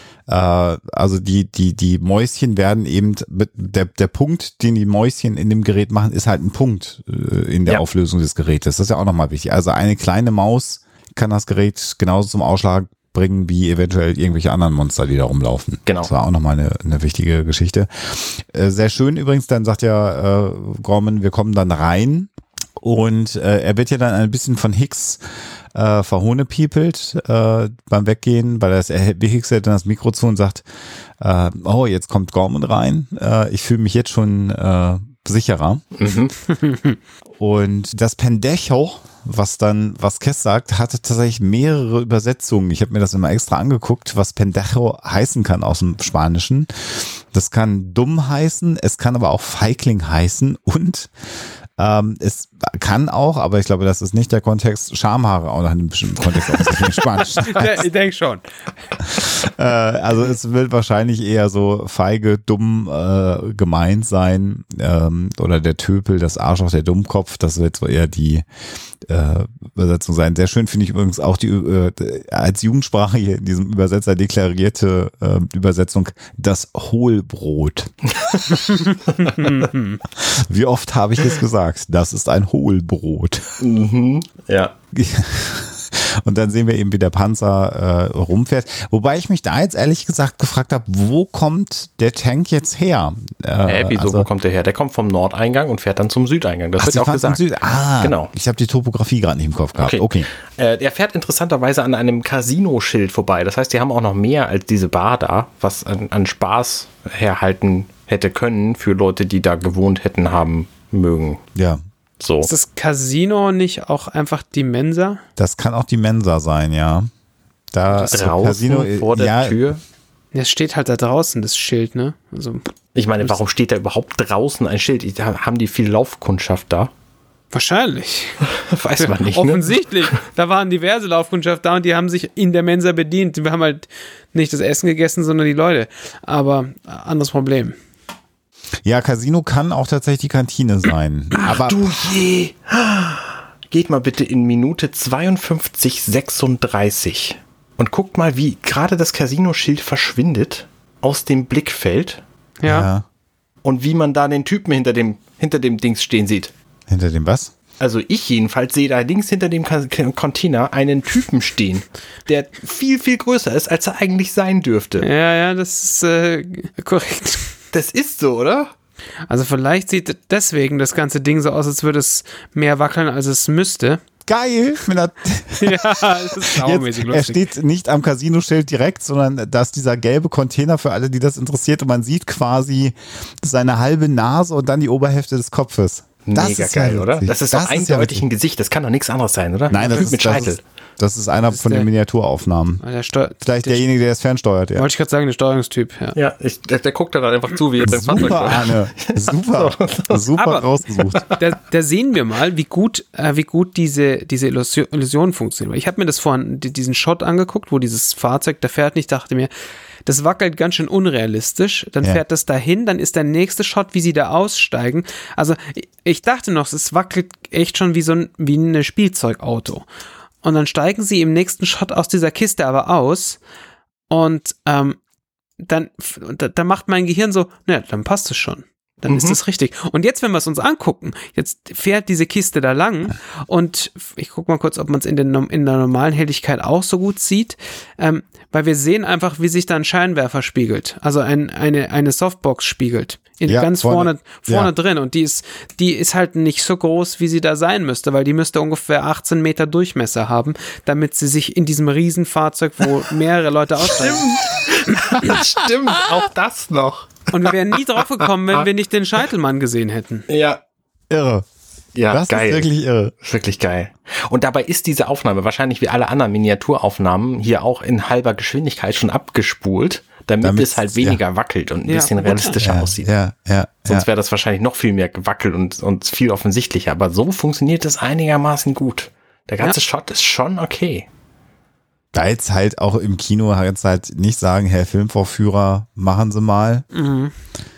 E: Also die Mäuschen werden eben, der Punkt, den die Mäuschen in dem Gerät machen, ist halt ein Punkt in der Auflösung des Gerätes. Das ist ja auch nochmal wichtig. Also eine kleine Maus kann das Gerät genauso zum Ausschlag bringen, wie eventuell irgendwelche anderen Monster, die da rumlaufen.
B: Genau.
E: Das war auch nochmal eine wichtige Geschichte. Sehr schön übrigens, dann sagt ja Gorman, wir kommen dann rein. Und er wird ja dann ein bisschen von Hicks verhohnepiepelt beim Weggehen, weil Hicks hält dann das Mikro zu und sagt, jetzt kommt Gorman rein, ich fühle mich jetzt schon sicherer. Und das Pendejo, was Kess sagt, hatte tatsächlich mehrere Übersetzungen. Ich habe mir das immer extra angeguckt, was Pendejo heißen kann aus dem Spanischen. Das kann dumm heißen, es kann aber auch Feigling heißen und es kann auch, aber ich glaube, das ist nicht der Kontext, Schamhaare auch nach einem bestimmten Kontext aus dem Spanischen.
C: Ich denke schon.
E: Also es wird wahrscheinlich eher so feige, dumm gemeint sein, oder der Töpel, das Arschloch, der Dummkopf, das wird so eher die Übersetzung sein. Sehr schön finde ich übrigens auch die als Jugendsprache hier in diesem Übersetzer deklarierte Übersetzung, das Hohlbrot. Wie oft habe ich es gesagt? Das ist ein Hohlbrot.
B: Mhm. Ja.
E: Und dann sehen wir eben, wie der Panzer rumfährt. Wobei ich mich da jetzt ehrlich gesagt gefragt habe, wo kommt der Tank jetzt her?
B: Wieso, wo kommt der her? Der kommt vom Nordeingang und fährt dann zum Südeingang. Das wird auch gesagt.
E: Genau. Ich habe die Topografie gerade nicht im Kopf gehabt. Okay.
B: Der fährt interessanterweise an einem Casino-Schild vorbei. Das heißt, die haben auch noch mehr als diese Bar da, was an Spaß herhalten hätte können für Leute, die da gewohnt hätten haben mögen.
E: Ja.
B: So.
C: Ist das Casino nicht auch einfach die Mensa?
E: Das kann auch die Mensa sein, ja. Da
B: draußen
E: Casino,
B: vor der Tür.
C: Ja, es steht halt da draußen, das Schild, ne? Also,
B: ich meine, warum steht da überhaupt draußen ein Schild? Haben die viel Laufkundschaft da?
C: Wahrscheinlich.
B: Weiß man nicht,
C: Offensichtlich. Ne? Da waren diverse Laufkundschaft da und die haben sich in der Mensa bedient. Wir haben halt nicht das Essen gegessen, sondern die Leute. Aber anderes Problem.
E: Ja, Casino kann auch tatsächlich die Kantine sein.
B: Aber du je! Geht mal bitte in Minute 52:36 und guckt mal, wie gerade das Casino-Schild verschwindet aus dem Blickfeld.
C: Ja.
B: Und wie man da den Typen hinter dem Dings stehen sieht.
E: Hinter dem was?
B: Also ich jedenfalls sehe da links hinter dem Container einen Typen stehen, der viel, viel größer ist, als er eigentlich sein dürfte.
C: Ja, das ist korrekt. Das
B: ist so, oder?
C: Also vielleicht sieht deswegen das ganze Ding so aus, als würde es mehr wackeln, als es müsste.
E: Geil!
C: Ja, das ist saumäßig lustig.
E: Er steht nicht am Casino-Schild direkt, sondern da ist dieser gelbe Container für alle, die das interessiert, und man sieht quasi seine halbe Nase und dann die Oberhälfte des Kopfes.
B: Das Mega ist geil, oder? Das ist doch eindeutig ein Gesicht. Das kann doch nichts anderes sein, oder?
E: Nein, das ist mit Scheitel. Das ist einer von den Miniaturaufnahmen. Vielleicht derjenige, der es fernsteuert. Ja.
C: Wollte ich gerade sagen, der Steuerungstyp. Ja,
B: der guckt da einfach zu, wie er sein Fahrzeug
E: steuert. Arne. Super
C: aber
E: rausgesucht.
C: Da sehen wir mal, wie gut diese Illusion funktioniert. Ich habe mir das vorhin, diesen Shot angeguckt, wo dieses Fahrzeug da fährt, und ich dachte mir, das wackelt ganz schön unrealistisch. Dann fährt das dahin, dann ist der nächste Shot, wie sie da aussteigen. Also ich dachte noch, es wackelt echt schon wie ein Spielzeugauto. Und dann steigen sie im nächsten Shot aus dieser Kiste aber aus und dann macht mein Gehirn so, naja, dann passt es schon. Dann ist das richtig. Und jetzt, wenn wir es uns angucken, jetzt fährt diese Kiste da lang und ich gucke mal kurz, ob man es in der normalen Helligkeit auch so gut sieht, weil wir sehen einfach, wie sich da ein Scheinwerfer spiegelt, also eine Softbox spiegelt. Ganz vorne drin, und die ist halt nicht so groß, wie sie da sein müsste, weil die müsste ungefähr 18 Meter Durchmesser haben, damit sie sich in diesem Riesenfahrzeug, wo mehrere Leute aussteigen.
B: Stimmt, auch das noch.
C: Und wir wären nie drauf gekommen, wenn wir nicht den Scheitelmann gesehen hätten.
B: Ja.
E: Irre.
B: Ja,
E: das
B: geil.
E: Ist wirklich irre.
B: Wirklich geil. Und dabei ist diese Aufnahme wahrscheinlich wie alle anderen Miniaturaufnahmen hier auch in halber Geschwindigkeit schon abgespult, damit es halt weniger wackelt und ein bisschen realistischer aussieht. Sonst wäre das wahrscheinlich noch viel mehr gewackelt und viel offensichtlicher. Aber so funktioniert es einigermaßen gut. Der ganze Shot ist schon okay.
E: Da jetzt halt auch im Kino jetzt halt nicht sagen, Herr Filmvorführer, machen Sie mal.
C: Mhm.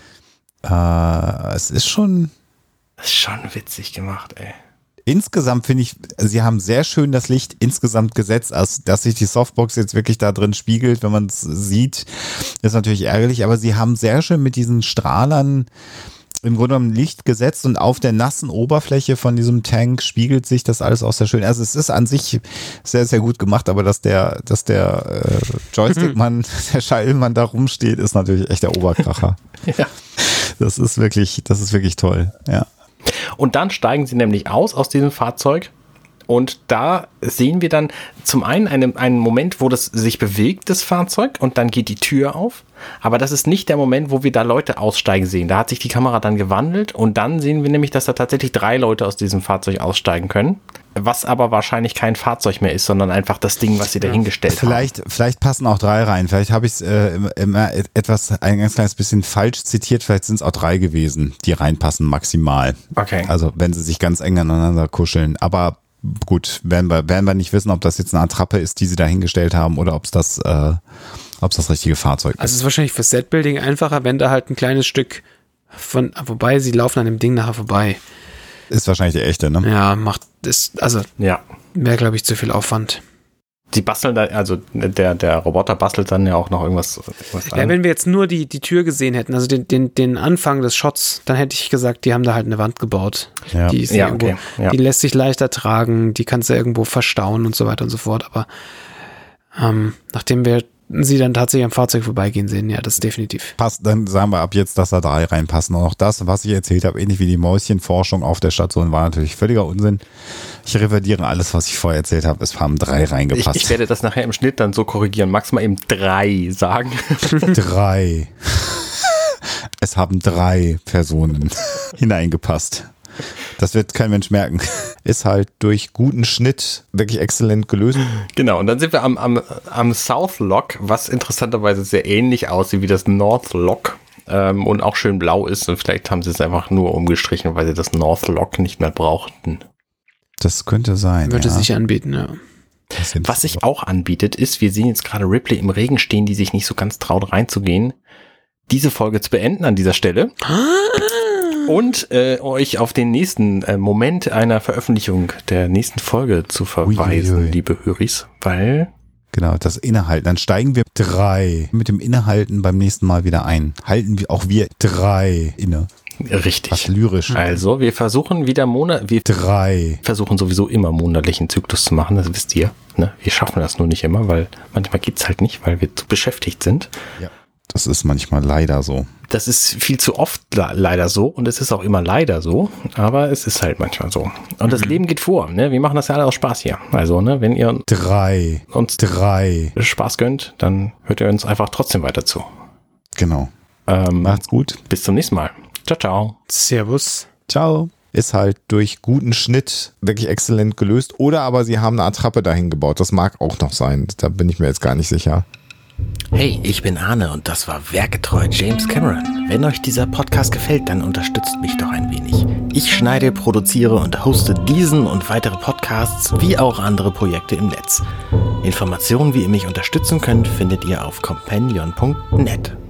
E: Es ist schon...
B: Das ist schon witzig gemacht, ey.
E: Insgesamt finde ich, sie haben sehr schön das Licht insgesamt gesetzt, also dass sich die Softbox jetzt wirklich da drin spiegelt, wenn man es sieht, ist natürlich ärgerlich, aber sie haben sehr schön mit diesen Strahlern im Grunde genommen Licht gesetzt und auf der nassen Oberfläche von diesem Tank spiegelt sich das alles auch sehr schön. Also es ist an sich sehr, sehr gut gemacht, aber dass der Joystick-Mann, der Scheilmann da rumsteht, ist natürlich echt der Oberkracher.
B: Ja.
E: Das ist wirklich toll, ja.
B: Und dann steigen sie nämlich aus diesem Fahrzeug und da sehen wir dann zum einen einen Moment, wo das sich bewegt, das Fahrzeug, und dann geht die Tür auf. Aber das ist nicht der Moment, wo wir da Leute aussteigen sehen. Da hat sich die Kamera dann gewandelt und dann sehen wir nämlich, dass da tatsächlich 3 Leute aus diesem Fahrzeug aussteigen können. Was aber wahrscheinlich kein Fahrzeug mehr ist, sondern einfach das Ding, was sie dahingestellt haben.
E: Vielleicht passen auch 3 rein. Vielleicht habe ich es ein ganz kleines bisschen falsch zitiert. Vielleicht sind es auch 3 gewesen, die reinpassen maximal.
B: Okay.
E: Also wenn sie sich ganz eng aneinander kuscheln. Aber gut, werden wir nicht wissen, ob das jetzt eine Attrappe ist, die sie dahingestellt haben, oder ob es das ob es das richtige Fahrzeug
C: Also es ist wahrscheinlich für Setbuilding einfacher, wenn da halt ein kleines Stück wobei sie laufen an dem Ding nachher vorbei.
E: Ist wahrscheinlich die echte, ne?
C: Ja, wäre, glaube ich, zu viel Aufwand.
B: Die basteln da, also der Roboter bastelt dann ja auch noch irgendwas
C: ja, wenn wir jetzt nur die Tür gesehen hätten, also den Anfang des Shots, dann hätte ich gesagt, die haben da halt eine Wand gebaut.
E: Ja.
C: Die ist die lässt sich leichter tragen, die kannst du irgendwo verstauen und so weiter und so fort. Aber nachdem wir sie dann tatsächlich am Fahrzeug vorbeigehen sehen, ja, das ist definitiv.
E: Passt, dann sagen wir ab jetzt, dass da 3 reinpassen. Und auch das, was ich erzählt habe, ähnlich wie die Mäuschenforschung auf der Station, war natürlich völliger Unsinn. Ich revidiere alles, was ich vorher erzählt habe. Es haben 3 reingepasst.
B: Ich werde das nachher im Schnitt dann so korrigieren. Magst du mal eben 3 sagen?
E: 3. Es haben 3 Personen hineingepasst. Das wird kein Mensch merken. Ist halt durch guten Schnitt wirklich exzellent gelöst.
B: Genau, und dann sind wir am South Lock, was interessanterweise sehr ähnlich aussieht wie das North Lock und auch schön blau ist. Und vielleicht haben sie es einfach nur umgestrichen, weil sie das North Lock nicht mehr brauchten.
E: Das könnte sein.
C: Würde sich anbieten, ja.
B: Was sich auch anbietet, ist, wir sehen jetzt gerade Ripley im Regen stehen, die sich nicht so ganz traut reinzugehen, diese Folge zu beenden an dieser Stelle. Und euch auf den nächsten Moment einer Veröffentlichung der nächsten Folge zu verweisen, liebe Höris, weil...
E: Genau, das Innehalten. Dann steigen wir 3 mit dem Innehalten beim nächsten Mal wieder ein. Halten wir auch 3 inne.
B: Richtig.
E: Was lyrisch.
B: Also, wir versuchen wieder wir versuchen sowieso immer monatlichen Zyklus zu machen, das wisst ihr. Ne? Wir schaffen das nur nicht immer, weil manchmal geht's halt nicht, weil wir zu beschäftigt sind.
E: Ja. Das ist manchmal leider so.
B: Das ist viel zu oft leider so und es ist auch immer leider so, aber es ist halt manchmal so. Und das Leben geht vor, ne? Wir machen das ja alle aus Spaß hier. Also, ne, wenn ihr uns 3 Spaß gönnt, dann hört ihr uns einfach trotzdem weiter zu.
E: Genau. Macht's gut.
B: Bis zum nächsten Mal. Ciao, ciao.
C: Servus.
E: Ciao. Ist halt durch guten Schnitt wirklich exzellent gelöst. Oder aber sie haben eine Attrappe dahin gebaut. Das mag auch noch sein. Da bin ich mir jetzt gar nicht sicher.
A: Hey, ich bin Arne und das war Werkgetreu James Cameron. Wenn euch dieser Podcast gefällt, dann unterstützt mich doch ein wenig. Ich schneide, produziere und hoste diesen und weitere Podcasts wie auch andere Projekte im Netz. Informationen, wie ihr mich unterstützen könnt, findet ihr auf companion.net.